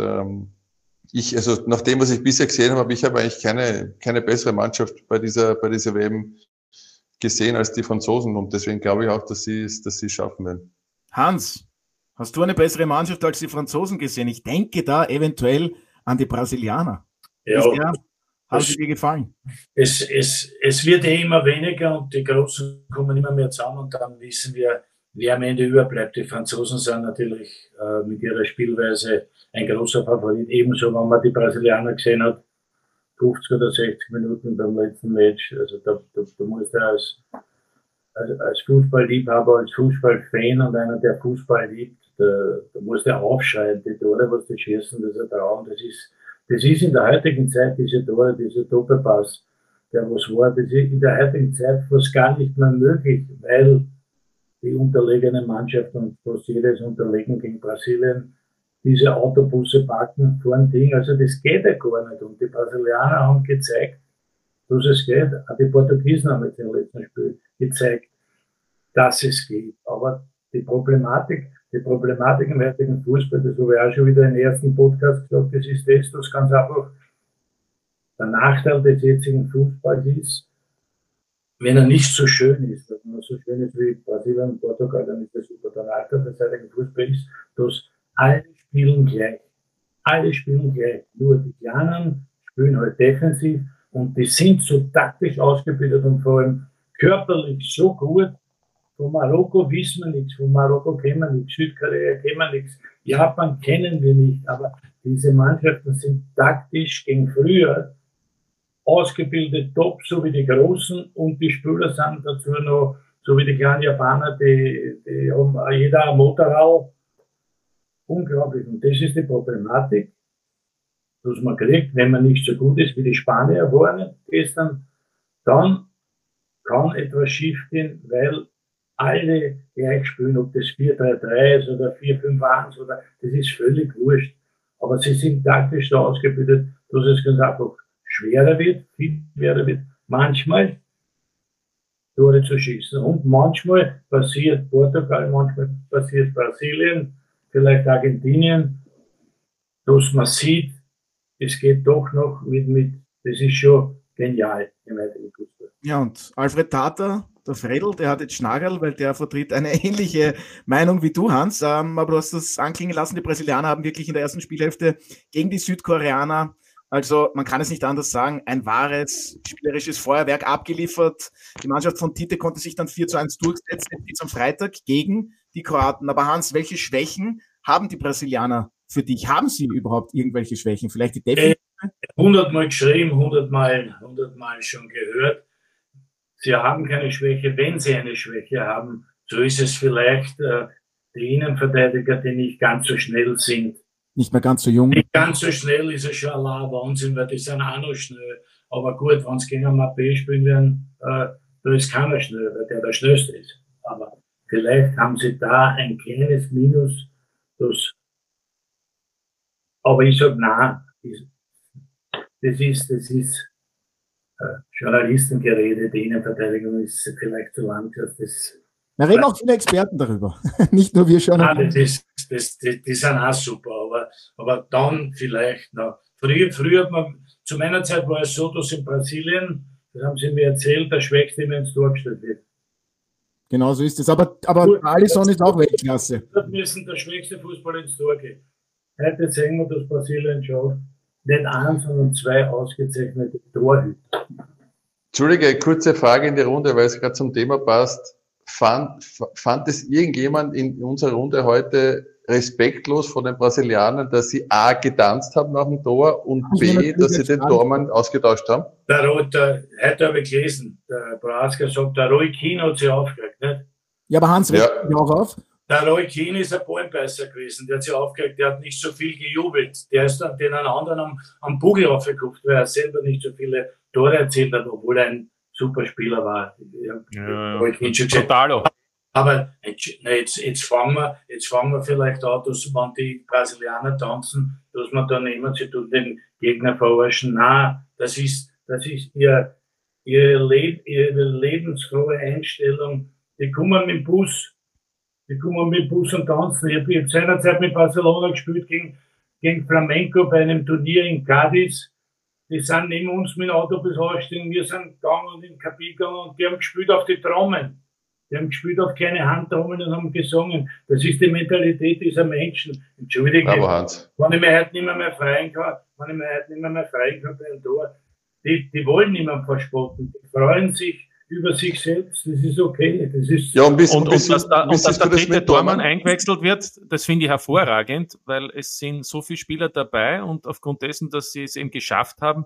also nach dem, was ich bisher gesehen habe, ich habe eigentlich keine bessere Mannschaft bei dieser WM gesehen als die Franzosen und deswegen glaube ich auch, dass sie es schaffen werden. Hans, hast du eine bessere Mannschaft als die Franzosen gesehen? Ich denke da eventuell an die Brasilianer. Ja. Haben sie dir gefallen? Es wird immer weniger und die Großen kommen immer mehr zusammen und dann wissen wir, wer am Ende überbleibt. Die Franzosen sind natürlich mit ihrer Spielweise ein großer Favorit. Ebenso, wenn man die Brasilianer gesehen hat, 50 oder 60 Minuten beim letzten Match. Also da musst du als Fußballliebhaber, als Fußballfan und einer, der Fußball liebt, da musst du aufschreien. Die Tore, was die schießen, das ist ein Traum. Das ist in der heutigen Zeit, diese Tore, dieser Doppelpass, der was war, das ist in der heutigen Zeit fast gar nicht mehr möglich, weil die unterlegene Mannschaft und fast jedes unterlegen gegen Brasilien diese Autobusse parken vor ein Ding. Also das geht ja gar nicht. Und die Brasilianer haben gezeigt, dass es geht. Auch die Portugiesen haben jetzt im letzten Spiel gezeigt, dass es geht. Aber die Problematik im heutigen Fußball, das habe ich auch schon wieder im ersten Podcast gesagt, das ist das, dass ganz einfach der Nachteil des jetzigen Fußballs ist, wenn er nicht so schön ist, wenn er so schön ist wie Brasilien und Portugal, dann ist das super. Der Nachteil des heutigen Fußballs ist, dass alle spielen gleich. Alle spielen gleich. Nur die Kleinen spielen halt defensiv und die sind so taktisch ausgebildet und vor allem körperlich so gut. Von Marokko wissen wir nichts, von Marokko kennen wir nichts, Südkorea kennen wir nichts, Japan kennen wir nicht, aber diese Mannschaften sind taktisch gegen früher ausgebildet, top, so wie die Großen und die Spieler sind dazu noch, so wie die kleinen Japaner, die haben jeder ein Motorrad. Unglaublich. Und das ist die Problematik, dass man kriegt, wenn man nicht so gut ist wie die Spanier waren gestern, dann kann etwas schiefgehen, weil alle gleich spielen, ob das 4-3-3 ist oder 4-5-1 oder, das ist völlig wurscht. Aber sie sind taktisch so ausgebildet, dass es ganz einfach schwerer wird, viel schwerer wird. Manchmal Tore zu schießen. Und manchmal passiert Portugal, manchmal passiert Brasilien, vielleicht Argentinien, dass man sieht, es geht doch noch das ist schon genial im heutigen Fußball. Ja, und Alfred Tata, der Fredel, der hat jetzt Schnarrl, weil der vertritt eine ähnliche Meinung wie du, Hans. Aber du hast das anklingen lassen, die Brasilianer haben wirklich in der ersten Spielhälfte gegen die Südkoreaner, also man kann es nicht anders sagen, ein wahres spielerisches Feuerwerk abgeliefert. Die Mannschaft von Tite konnte sich dann 4:1 durchsetzen, jetzt am Freitag gegen die Kroaten. Aber Hans, welche Schwächen haben die Brasilianer für dich? Haben sie überhaupt irgendwelche Schwächen? Vielleicht die Defensive? 100-mal geschrieben, 100-mal schon gehört. Sie haben keine Schwäche. Wenn sie eine Schwäche haben, so ist es vielleicht die Innenverteidiger, die nicht ganz so schnell sind. Nicht mehr ganz so jung. Nicht ganz so schnell ist es schon allein Wahnsinn, weil die sind auch noch schnell. Aber gut, wenn sie gegen einen Mappé spielen werden, da ist keiner schnell, weil der schnellste ist. Aber vielleicht haben sie da ein kleines Minus. Aber ich sage, nein, das ist Journalistengerede, die Innenverteidigung ist vielleicht zu lang. Da reden auch viele Experten darüber. Nicht nur wir Journalisten. Die sind auch super, aber dann vielleicht noch. Früher hat man, zu meiner Zeit war es so, dass in Brasilien, das haben sie mir erzählt, der Schwächste immer ins Tor gestellt wird. Genau so ist es. Aber Alisson ist auch Weltklasse. Dort müssen der schwächste Fußball ins Tor gehen. Heute sehen wir, dass Brasilien schon nicht 1, sondern 2 ausgezeichnete Torhüter. Entschuldige, kurze Frage in die Runde, weil es gerade zum Thema passt. Fand es irgendjemand in unserer Runde heute respektlos von den Brasilianern, dass sie A, getanzt haben nach dem Tor und B, dass sie den Tormann ausgetauscht haben? Heute habe ich gelesen, der Prohaska sagt, der Roy Keane hat sich aufgeregt, nicht? Ja, aber Hans, ja. Auch auf. Der Roy Keane ist ein Ballenbeißer gewesen, der hat sich aufgeregt, der hat nicht so viel gejubelt. Der ist dann den anderen am Bugel aufgekupft, weil er selber nicht so viele Tore erzielt hat, obwohl er ein super Spieler war. Total. Aber jetzt fangen wir vielleicht an, dass wenn die Brasilianer tanzen, dass man da nehmen, sie tun den Gegner verarschen. Nein, das ist ihre lebensfrohe Einstellung. Die kommen mit dem Bus und tanzen. Ich habe seinerzeit mit Barcelona gespielt gegen Flamenco bei einem Turnier in Cádiz. Die sind neben uns mit dem Auto bis ausgestiegen. Wir sind gegangen und in die Kabine gegangen und die haben gespielt auf die Trommeln. Die haben gespielt auf keine Handtrommeln und haben gesungen. Das ist die Mentalität dieser Menschen. Entschuldigung, wenn ich mir heute nicht mehr freuen kann bei einem Tor, die wollen niemanden verspotten. Die freuen sich über sich selbst. Das ist okay. Das ist ja, dass der dritte Tormann eingewechselt wird, das finde ich hervorragend, weil es sind so viele Spieler dabei und aufgrund dessen, dass sie es eben geschafft haben,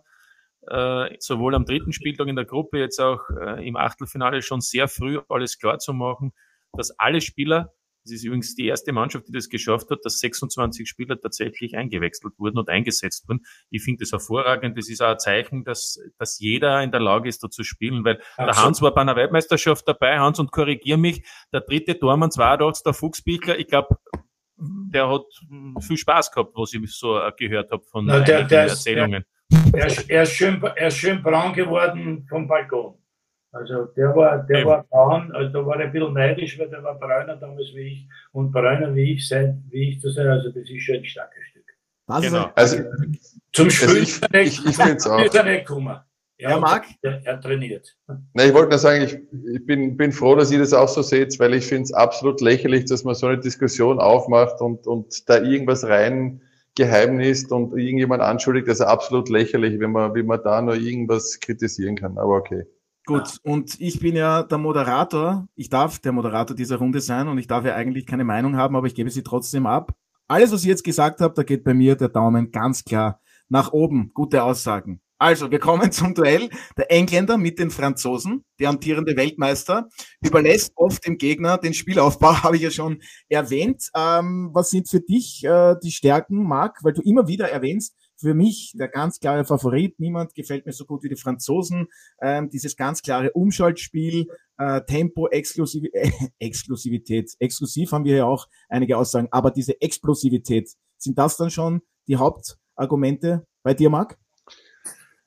sowohl am dritten Spieltag in der Gruppe, jetzt auch im Achtelfinale schon sehr früh alles klar zu machen, dass alle Spieler, das ist übrigens die erste Mannschaft, die das geschafft hat, dass 26 Spieler tatsächlich eingewechselt wurden und eingesetzt wurden. Ich finde das hervorragend. Das ist auch ein Zeichen, dass jeder in der Lage ist, da zu spielen, weil der Hans war bei einer Weltmeisterschaft dabei, Hans, und korrigier mich, der dritte Tormann 82, der Fuchsbichler, ich glaube, der hat viel Spaß gehabt, was ich so gehört habe von einigen Erzählungen. Er ist schön braun geworden vom Balkon. Also der war braun, also da war er ein bisschen neidisch, weil der war brauner damals wie ich und brauner wie ich zu sein, also das ist schon ein starkes Stück. Genau. Also zum Spiel ich finde es auch. Ist er nicht gekommen. Ja, Marc? Er trainiert. Ich wollte nur sagen, ich bin froh, dass ihr das auch so seht, weil ich finde es absolut lächerlich, dass man so eine Diskussion aufmacht und da irgendwas rein Geheimnis und irgendjemand anschuldigt. Das ist absolut lächerlich, wie man da nur irgendwas kritisieren kann, aber okay. Gut, und ich bin ja der Moderator. Ich darf der Moderator dieser Runde sein und ich darf ja eigentlich keine Meinung haben, aber ich gebe sie trotzdem ab. Alles, was ich jetzt gesagt habe, da geht bei mir der Daumen ganz klar nach oben. Gute Aussagen. Also, wir kommen zum Duell. Der Engländer mit den Franzosen, der amtierende Weltmeister, überlässt oft dem Gegner den Spielaufbau, habe ich ja schon erwähnt. Was sind für dich die Stärken, Marc? Weil du immer wieder erwähnst, für mich der ganz klare Favorit. Niemand gefällt mir so gut wie die Franzosen. Dieses ganz klare Umschaltspiel, Tempo, Exklusivität. Exklusiv haben wir ja auch einige Aussagen, aber diese Explosivität, sind das dann schon die Hauptargumente bei dir, Marc?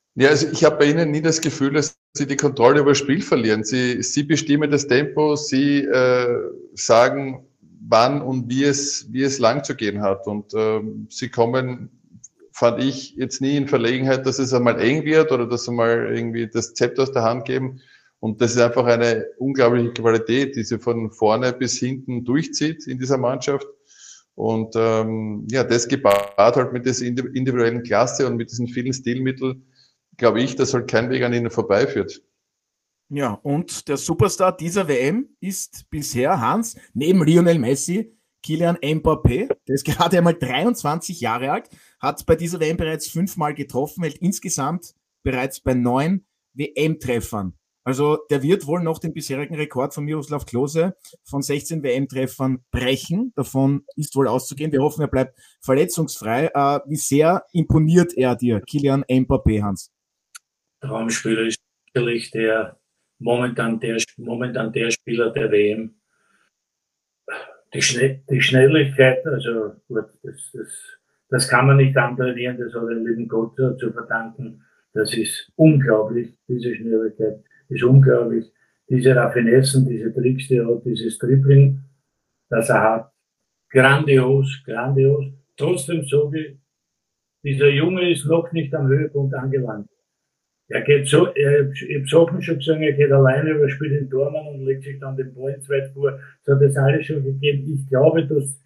Ja, also ich habe bei Ihnen nie das Gefühl, dass Sie die Kontrolle über das Spiel verlieren. Sie bestimmen das Tempo, Sie sagen, wann und wie es lang zu gehen hat. Und Sie kommen, fand ich, jetzt nie in Verlegenheit, dass es einmal eng wird oder dass Sie mal irgendwie das Zepter aus der Hand geben. Und das ist einfach eine unglaubliche Qualität, die sie von vorne bis hinten durchzieht in dieser Mannschaft. Und ja, das gepaart halt mit dieser individuellen Klasse und mit diesen vielen Stilmitteln, glaube ich, dass halt kein Weg an ihnen vorbeiführt. Ja, und der Superstar dieser WM ist bisher, Hans, neben Lionel Messi, Kylian Mbappé. Der ist gerade einmal 23 Jahre alt, hat bei dieser WM bereits 5-mal getroffen, hält insgesamt bereits bei 9 WM-Treffern. Also der wird wohl noch den bisherigen Rekord von Miroslav Klose von 16 WM-Treffern brechen. Davon ist wohl auszugehen. Wir hoffen, er bleibt verletzungsfrei. Wie sehr imponiert er dir, Kylian Mbappé, Hans? Traumspieler ist sicherlich momentan der Spieler der WM. Die Schnelligkeit, also gut, das kann man nicht antrainieren, das hat dem lieben Gott zu verdanken. Das ist unglaublich, diese Schnelligkeit ist unglaublich. Diese Raffinessen, diese Tricks, die er hat, dieses Dribbling, das er hat, grandios. Trotzdem sage ich, dieser Junge ist noch nicht am Höhepunkt angelangt. Er geht so, ich habe Sachen schon gesagt, er geht alleine, überspielt den Tormann und legt sich dann den Ball ins Weit vor. Das hat das alles schon gegeben. Ich glaube,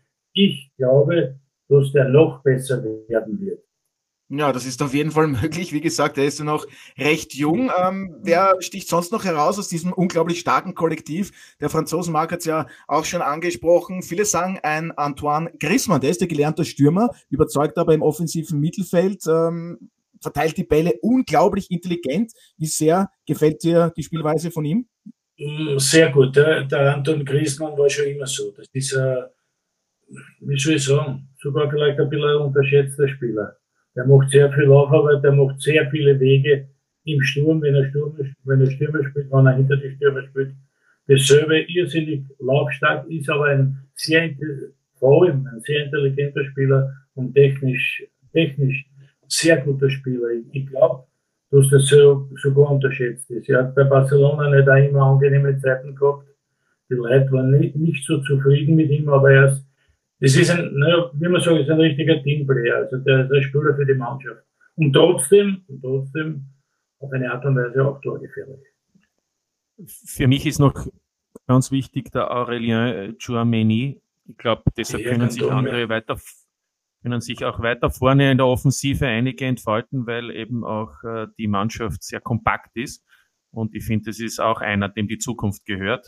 dass der noch besser werden wird. Ja, das ist auf jeden Fall möglich. Wie gesagt, er ist ja noch recht jung. Wer sticht sonst noch heraus aus diesem unglaublich starken Kollektiv? Der Franzosenmarkt hat es ja auch schon angesprochen. Viele sagen ein Antoine Griezmann, der ist der gelernte Stürmer, überzeugt aber im offensiven Mittelfeld, verteilt die Bälle unglaublich intelligent. Wie sehr gefällt dir die Spielweise von ihm? Sehr gut. Der Antoine Griezmann war schon immer so. Das ist wie soll ich sagen, sogar vielleicht ein bisschen ein unterschätzter Spieler. Der macht sehr viel Laufarbeit, der macht sehr viele Wege im Sturm, wenn er Stürmer spielt, wenn er hinter die Stürmer spielt. Dasselbe irrsinnig laufstark, ist aber vor allem ein sehr intelligenter Spieler und technisch sehr guter Spieler. Ich glaube, dass das sogar unterschätzt ist. Er hat bei Barcelona nicht auch immer angenehme Zeiten gehabt. Die Leute waren nicht so zufrieden mit ihm, aber das ist wie man sagt, ist ein richtiger Teamplayer. Also der ist ein Spieler für die Mannschaft. Und trotzdem auf eine Art und Weise auch torgefährlich. Für mich ist noch ganz wichtig der Aurélien Tchouaméni. Ich glaube, deshalb können sich andere auch weiter vorne in der Offensive einige entfalten, weil eben auch die Mannschaft sehr kompakt ist. Und ich finde, das ist auch einer, dem die Zukunft gehört.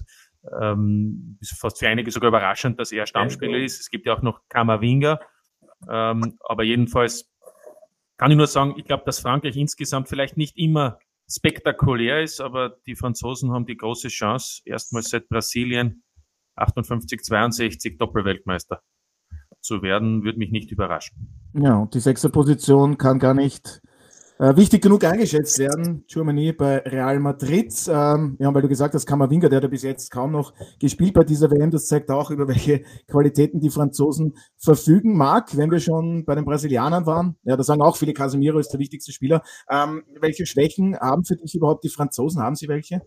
Ist fast für einige sogar überraschend, dass er Stammspieler ist. Es gibt ja auch noch Camavinga. Aber jedenfalls kann ich nur sagen, ich glaube, dass Frankreich insgesamt vielleicht nicht immer spektakulär ist, aber die Franzosen haben die große Chance, erstmals seit Brasilien 58, 62 Doppelweltmeister zu werden, würde mich nicht überraschen. Ja, und die 6er Position kann gar nicht wichtig genug eingeschätzt werden. Tchouaméni bei Real Madrid. Ja, weil du gesagt hast, Camavinga, der hat ja bis jetzt kaum noch gespielt bei dieser WM. Das zeigt auch, über welche Qualitäten die Franzosen verfügen. Marc, wenn wir schon bei den Brasilianern waren, ja, da sagen auch viele, Casemiro ist der wichtigste Spieler. Welche Schwächen haben für dich überhaupt die Franzosen? Haben sie welche?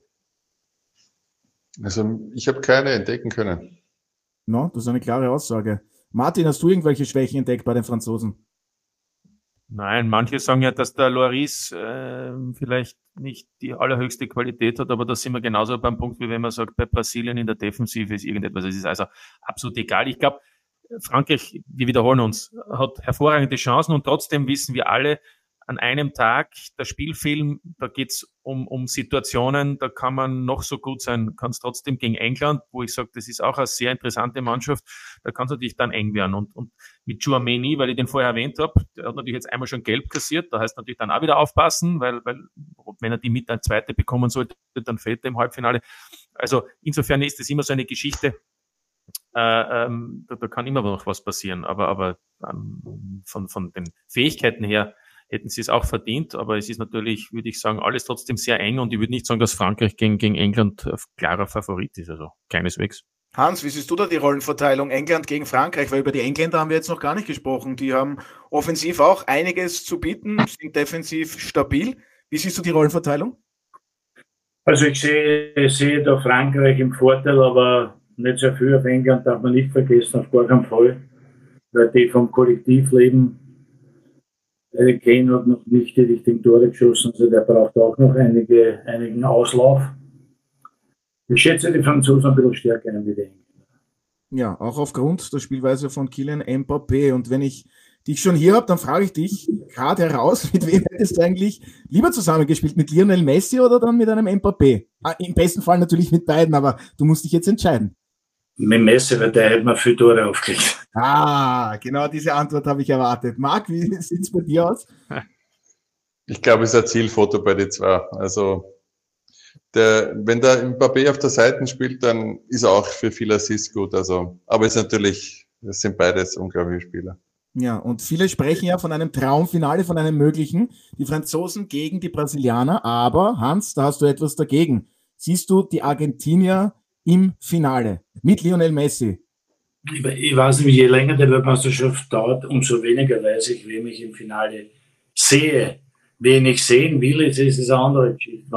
Also ich habe keine entdecken können. No, das ist eine klare Aussage. Martin, hast du irgendwelche Schwächen entdeckt bei den Franzosen? Nein, manche sagen ja, dass der Lloris vielleicht nicht die allerhöchste Qualität hat, aber da sind wir genauso beim Punkt, wie wenn man sagt, bei Brasilien in der Defensive ist irgendetwas. Es ist also absolut egal. Ich glaube, Frankreich, wir wiederholen uns, hat hervorragende Chancen und trotzdem wissen wir alle, an einem Tag, der Spielfilm, da geht's um Situationen, da kann man noch so gut sein, kann es trotzdem gegen England, wo ich sage, das ist auch eine sehr interessante Mannschaft, da kann es natürlich dann eng werden. Und mit Tchouaméni, weil ich den vorher erwähnt habe, der hat natürlich jetzt einmal schon gelb kassiert, da heißt natürlich dann auch wieder aufpassen, weil wenn er die mit eine zweite bekommen sollte, dann fehlt er im Halbfinale. Also insofern ist das immer so eine Geschichte, da kann immer noch was passieren, aber von den Fähigkeiten her hätten sie es auch verdient, aber es ist natürlich, würde ich sagen, alles trotzdem sehr eng und ich würde nicht sagen, dass Frankreich gegen England klarer Favorit ist, also keineswegs. Hans, wie siehst du da die Rollenverteilung England gegen Frankreich? Weil über die Engländer haben wir jetzt noch gar nicht gesprochen. Die haben offensiv auch einiges zu bieten, sind defensiv stabil. Wie siehst du die Rollenverteilung? Also ich sehe da Frankreich im Vorteil, aber nicht so viel. Auf England darf man nicht vergessen, auf gar keinen Fall. Weil die vom Kollektiv leben. Kane hat noch nicht die richtigen Tore geschossen, also der braucht auch noch einigen Auslauf. Ich schätze die Franzosen ein bisschen stärker ein wie die Engländer. Ja, auch aufgrund der Spielweise von Kylian Mbappé. Und wenn ich dich schon hier habe, dann frage ich dich gerade heraus, mit wem hättest du eigentlich lieber zusammengespielt? Mit Lionel Messi oder dann mit einem Mbappé? Im besten Fall natürlich mit beiden, aber du musst dich jetzt entscheiden. Mit Messi, weil der hätte mir viele Tore aufgelegt. Genau diese Antwort habe ich erwartet. Marc, wie sieht es bei dir aus? Ich glaube, es ist ein Zielfoto bei den zwei. Also, wenn der Mbappé auf der Seite spielt, dann ist er auch für viele Assists gut. Also, aber es sind beides unglaubliche Spieler. Ja, und viele sprechen ja von einem Traumfinale, von einem möglichen. Die Franzosen gegen die Brasilianer. Aber, Hans, da hast du etwas dagegen. Siehst du die Argentinier im Finale mit Lionel Messi? Ich weiß nicht, je länger die Weltmeisterschaft dauert, umso weniger weiß ich, wem ich im Finale sehe. Wen ich sehen will, ist eine andere Geschichte.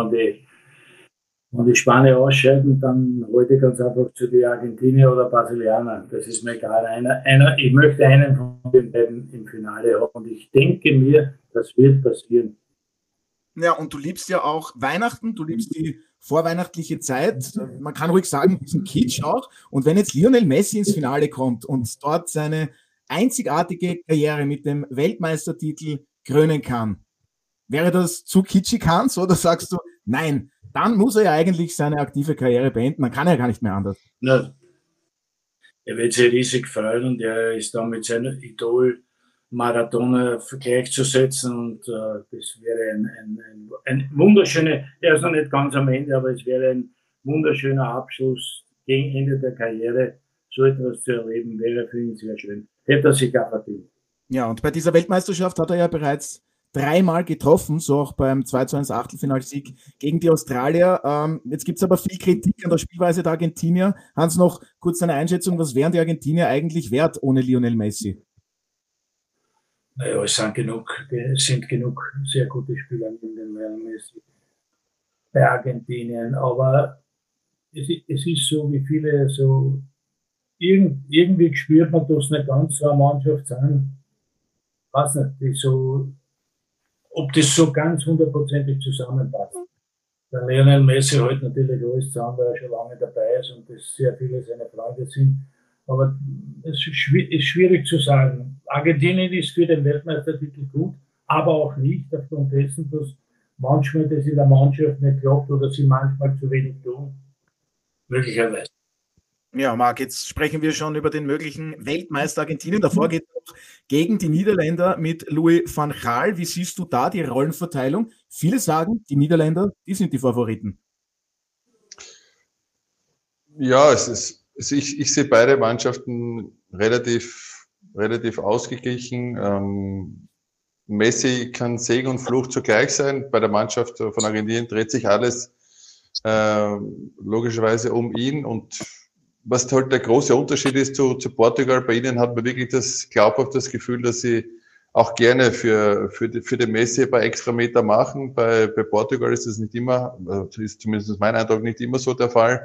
Wenn die Spanier ausscheiden, dann halte ich ganz einfach zu den Argentinier oder Brasilianer. Das ist mir egal. Ich möchte einen von den beiden im Finale haben. Und ich denke mir, das wird passieren. Ja, und du liebst ja auch Weihnachten, du liebst die vorweihnachtliche Zeit. Man kann ruhig sagen, diesen Kitsch auch. Und wenn jetzt Lionel Messi ins Finale kommt und dort seine einzigartige Karriere mit dem Weltmeistertitel krönen kann, wäre das zu kitschig, Hans? Oder sagst du, nein, dann muss er ja eigentlich seine aktive Karriere beenden. Dann kann er ja gar nicht mehr anders. Na, er wird sich riesig freuen und er ist dann mit seinem Idol Maradona gleichzusetzen und das wäre ein wunderschöner, er ist noch nicht ganz am Ende, aber es wäre ein wunderschöner Abschluss gegen Ende der Karriere. So etwas zu erleben, wäre für ihn sehr schön. Hätte er sich auch verdient. Ja, und bei dieser Weltmeisterschaft hat er ja bereits 3-mal getroffen, so auch beim 2:1 Achtelfinalsieg gegen die Australier. Jetzt gibt es aber viel Kritik an der Spielweise der Argentinier. Hans, noch kurz eine Einschätzung, was wären die Argentinier eigentlich wert ohne Lionel Messi? Naja, es sind genug sehr gute Spieler in den Messi bei Argentinien, aber es ist so, wie viele so irgendwie spürt man das nicht ganz so eine Mannschaft sein. Ich weiß nicht, ob das so ganz hundertprozentig zusammenpasst. Der Lionel Messi hält natürlich alles zusammen, weil er schon lange dabei ist und das sehr viele seine Freunde sind. Aber es ist schwierig zu sagen. Argentinien ist für den Weltmeistertitel gut, aber auch nicht aufgrund dessen, dass manchmal das in der Mannschaft nicht klappt oder sie manchmal zu wenig tun. Möglicherweise. Ja, Marc, jetzt sprechen wir schon über den möglichen Weltmeister Argentinien. Davor geht es noch gegen die Niederländer mit Louis van Gaal. Wie siehst du da die Rollenverteilung? Viele sagen, die Niederländer, die sind die Favoriten. Ja, ich sehe beide Mannschaften relativ ausgeglichen. Messi kann Segen und Fluch zugleich sein. Bei der Mannschaft von Argentinien dreht sich alles logischerweise um ihn. Und was halt der große Unterschied ist zu Portugal, bei ihnen hat man wirklich glaubhaft das Gefühl, dass sie auch gerne für den Messi ein paar extra Meter machen. Bei Portugal ist das nicht immer, ist zumindest mein Eindruck, nicht immer so der Fall.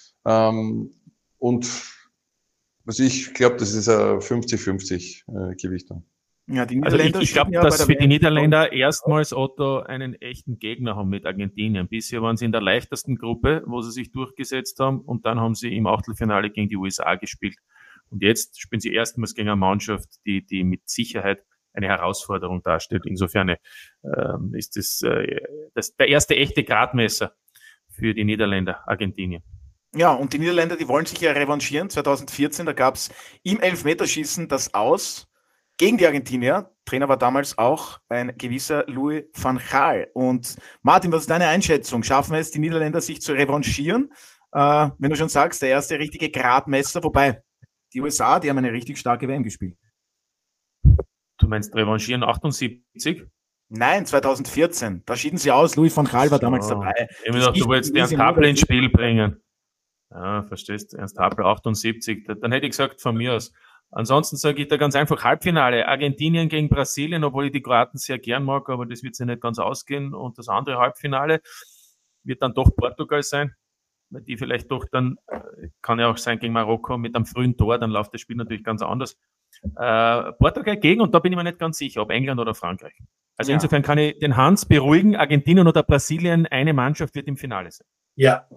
Und also ich glaube, das ist eine 50-50 Gewichtung. Ja, die Also Niederländer ich glaube, schieben ja dass bei der für die WM Niederländer erstmals Otto einen echten Gegner haben mit Argentinien. Bisher waren sie in der leichtesten Gruppe, wo sie sich durchgesetzt haben, und dann haben sie im Achtelfinale gegen die USA gespielt. Und jetzt spielen sie erstmals gegen eine Mannschaft, die mit Sicherheit eine Herausforderung darstellt. Insofern ist das der erste echte Gradmesser für die Niederländer, Argentinien. Ja, und die Niederländer, die wollen sich ja revanchieren. 2014, da gab es im Elfmeterschießen das Aus gegen die Argentinier. Trainer war damals auch ein gewisser Louis van Gaal. Und Martin, was ist deine Einschätzung? Schaffen es die Niederländer, sich zu revanchieren? Wenn du schon sagst, der erste richtige Gradmesser, wobei die USA, die haben eine richtig starke WM gespielt. Du meinst revanchieren 78? Nein, 2014. Da schieden sie aus. Louis van Gaal war damals dabei. Ich habe gedacht, du wolltest Ernst Happel ins Spiel bringen. Ja, verstehst du? Ernst Happel 78. Dann hätte ich gesagt, von mir aus Ansonsten sage ich da ganz einfach Halbfinale. Argentinien gegen Brasilien, obwohl ich die Kroaten sehr gern mag, aber das wird sich nicht ganz ausgehen. Und das andere Halbfinale wird dann doch Portugal sein, weil die vielleicht doch dann, kann ja auch sein gegen Marokko mit einem frühen Tor, dann läuft das Spiel natürlich ganz anders. Portugal gegen, und da bin ich mir nicht ganz sicher, ob England oder Frankreich. Also insofern kann ich den Hans beruhigen, Argentinien oder Brasilien, eine Mannschaft wird im Finale sein. Ja,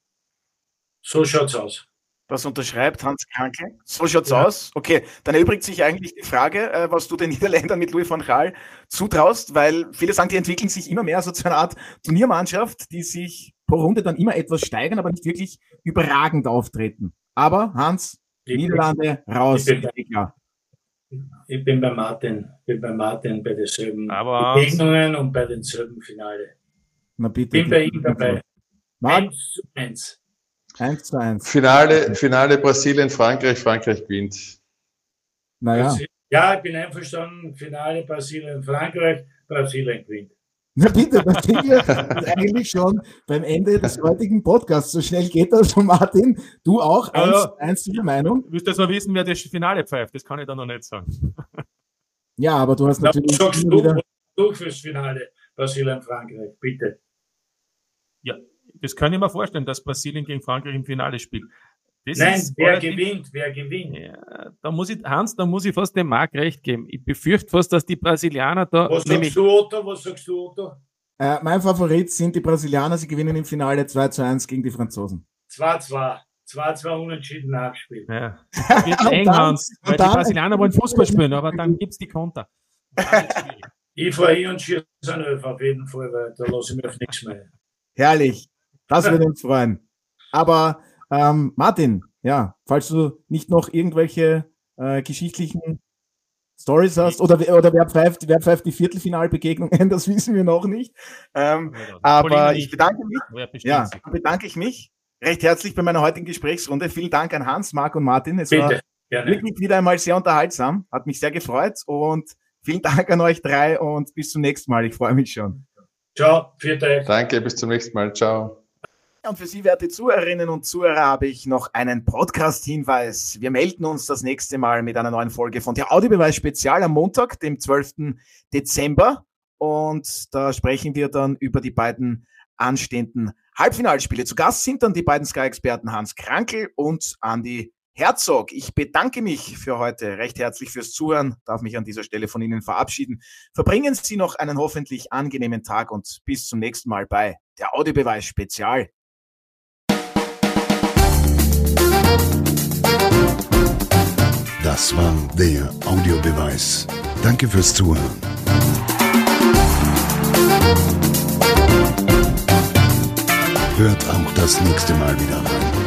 so schaut's aus. Das unterschreibt Hans Krankl. So schaut's aus. Okay, dann erübrigt sich eigentlich die Frage, was du den Niederländern mit Louis van Gaal zutraust, weil viele sagen, die entwickeln sich immer mehr so zu einer Art Turniermannschaft, die sich pro Runde dann immer etwas steigern, aber nicht wirklich überragend auftreten. Aber Hans, Niederlande raus. Ich bin bei Martin, bei derselben Begegnungen und bei denselben Finale. Na bitte. Ich bin bei ihm dabei. 1:1. 1:1. Finale Brasilien, Frankreich gewinnt. Naja. Ja, ich bin einverstanden. Finale Brasilien, Frankreich gewinnt. Na bitte, da sind wir eigentlich schon beim Ende des heutigen Podcasts. So schnell geht das von Martin. Du auch? Eins zu der Meinung? Du wirst jetzt mal wissen, wer das Finale pfeift. Das kann ich dann noch nicht sagen. Ja, aber du hast natürlich du fürs Finale Brasilien, Frankreich, bitte. Ja, das kann ich mir vorstellen, dass Brasilien gegen Frankreich im Finale spielt. Wer gewinnt? Ja, da muss ich fast dem Marc recht geben. Ich befürchte fast, dass die Brasilianer da... Was sagst du, Otto? Mein Favorit sind die Brasilianer. Sie gewinnen im Finale 2:1 gegen die Franzosen. 2:2. 2:2 unentschieden nachgespielt. Ja. Wird eng, Hans, weil die Brasilianer wollen Fußball spielen, aber dann gibt es die Konter. Ich fahre hier und schieße einen Öl auf jeden Fall, weil da lasse ich mich auf nichts mehr. Herrlich. Das würde uns freuen. Aber Martin, ja, falls du nicht noch irgendwelche geschichtlichen Stories hast, oder wer pfeift die Viertelfinalbegegnungen, das wissen wir noch nicht. Aber ich bedanke mich recht herzlich bei meiner heutigen Gesprächsrunde. Vielen Dank an Hans, Marc und Martin. Es war wirklich wieder einmal sehr unterhaltsam, hat mich sehr gefreut und vielen Dank an euch drei und bis zum nächsten Mal. Ich freue mich schon. Ciao, vielen Dank. Danke, bis zum nächsten Mal. Ciao. Und für Sie, werte Zuhörerinnen und Zuhörer, habe ich noch einen Podcast-Hinweis. Wir melden uns das nächste Mal mit einer neuen Folge von der Audiobeweis-Spezial am Montag, dem 12. Dezember. Und da sprechen wir dann über die beiden anstehenden Halbfinalspiele. Zu Gast sind dann die beiden Sky-Experten Hans Krankl und Andi Herzog. Ich bedanke mich für heute recht herzlich fürs Zuhören, darf mich an dieser Stelle von Ihnen verabschieden. Verbringen Sie noch einen hoffentlich angenehmen Tag und bis zum nächsten Mal bei der Audiobeweis-Spezial. Das war der Audiobeweis. Danke fürs Zuhören. Hört auch das nächste Mal wieder rein.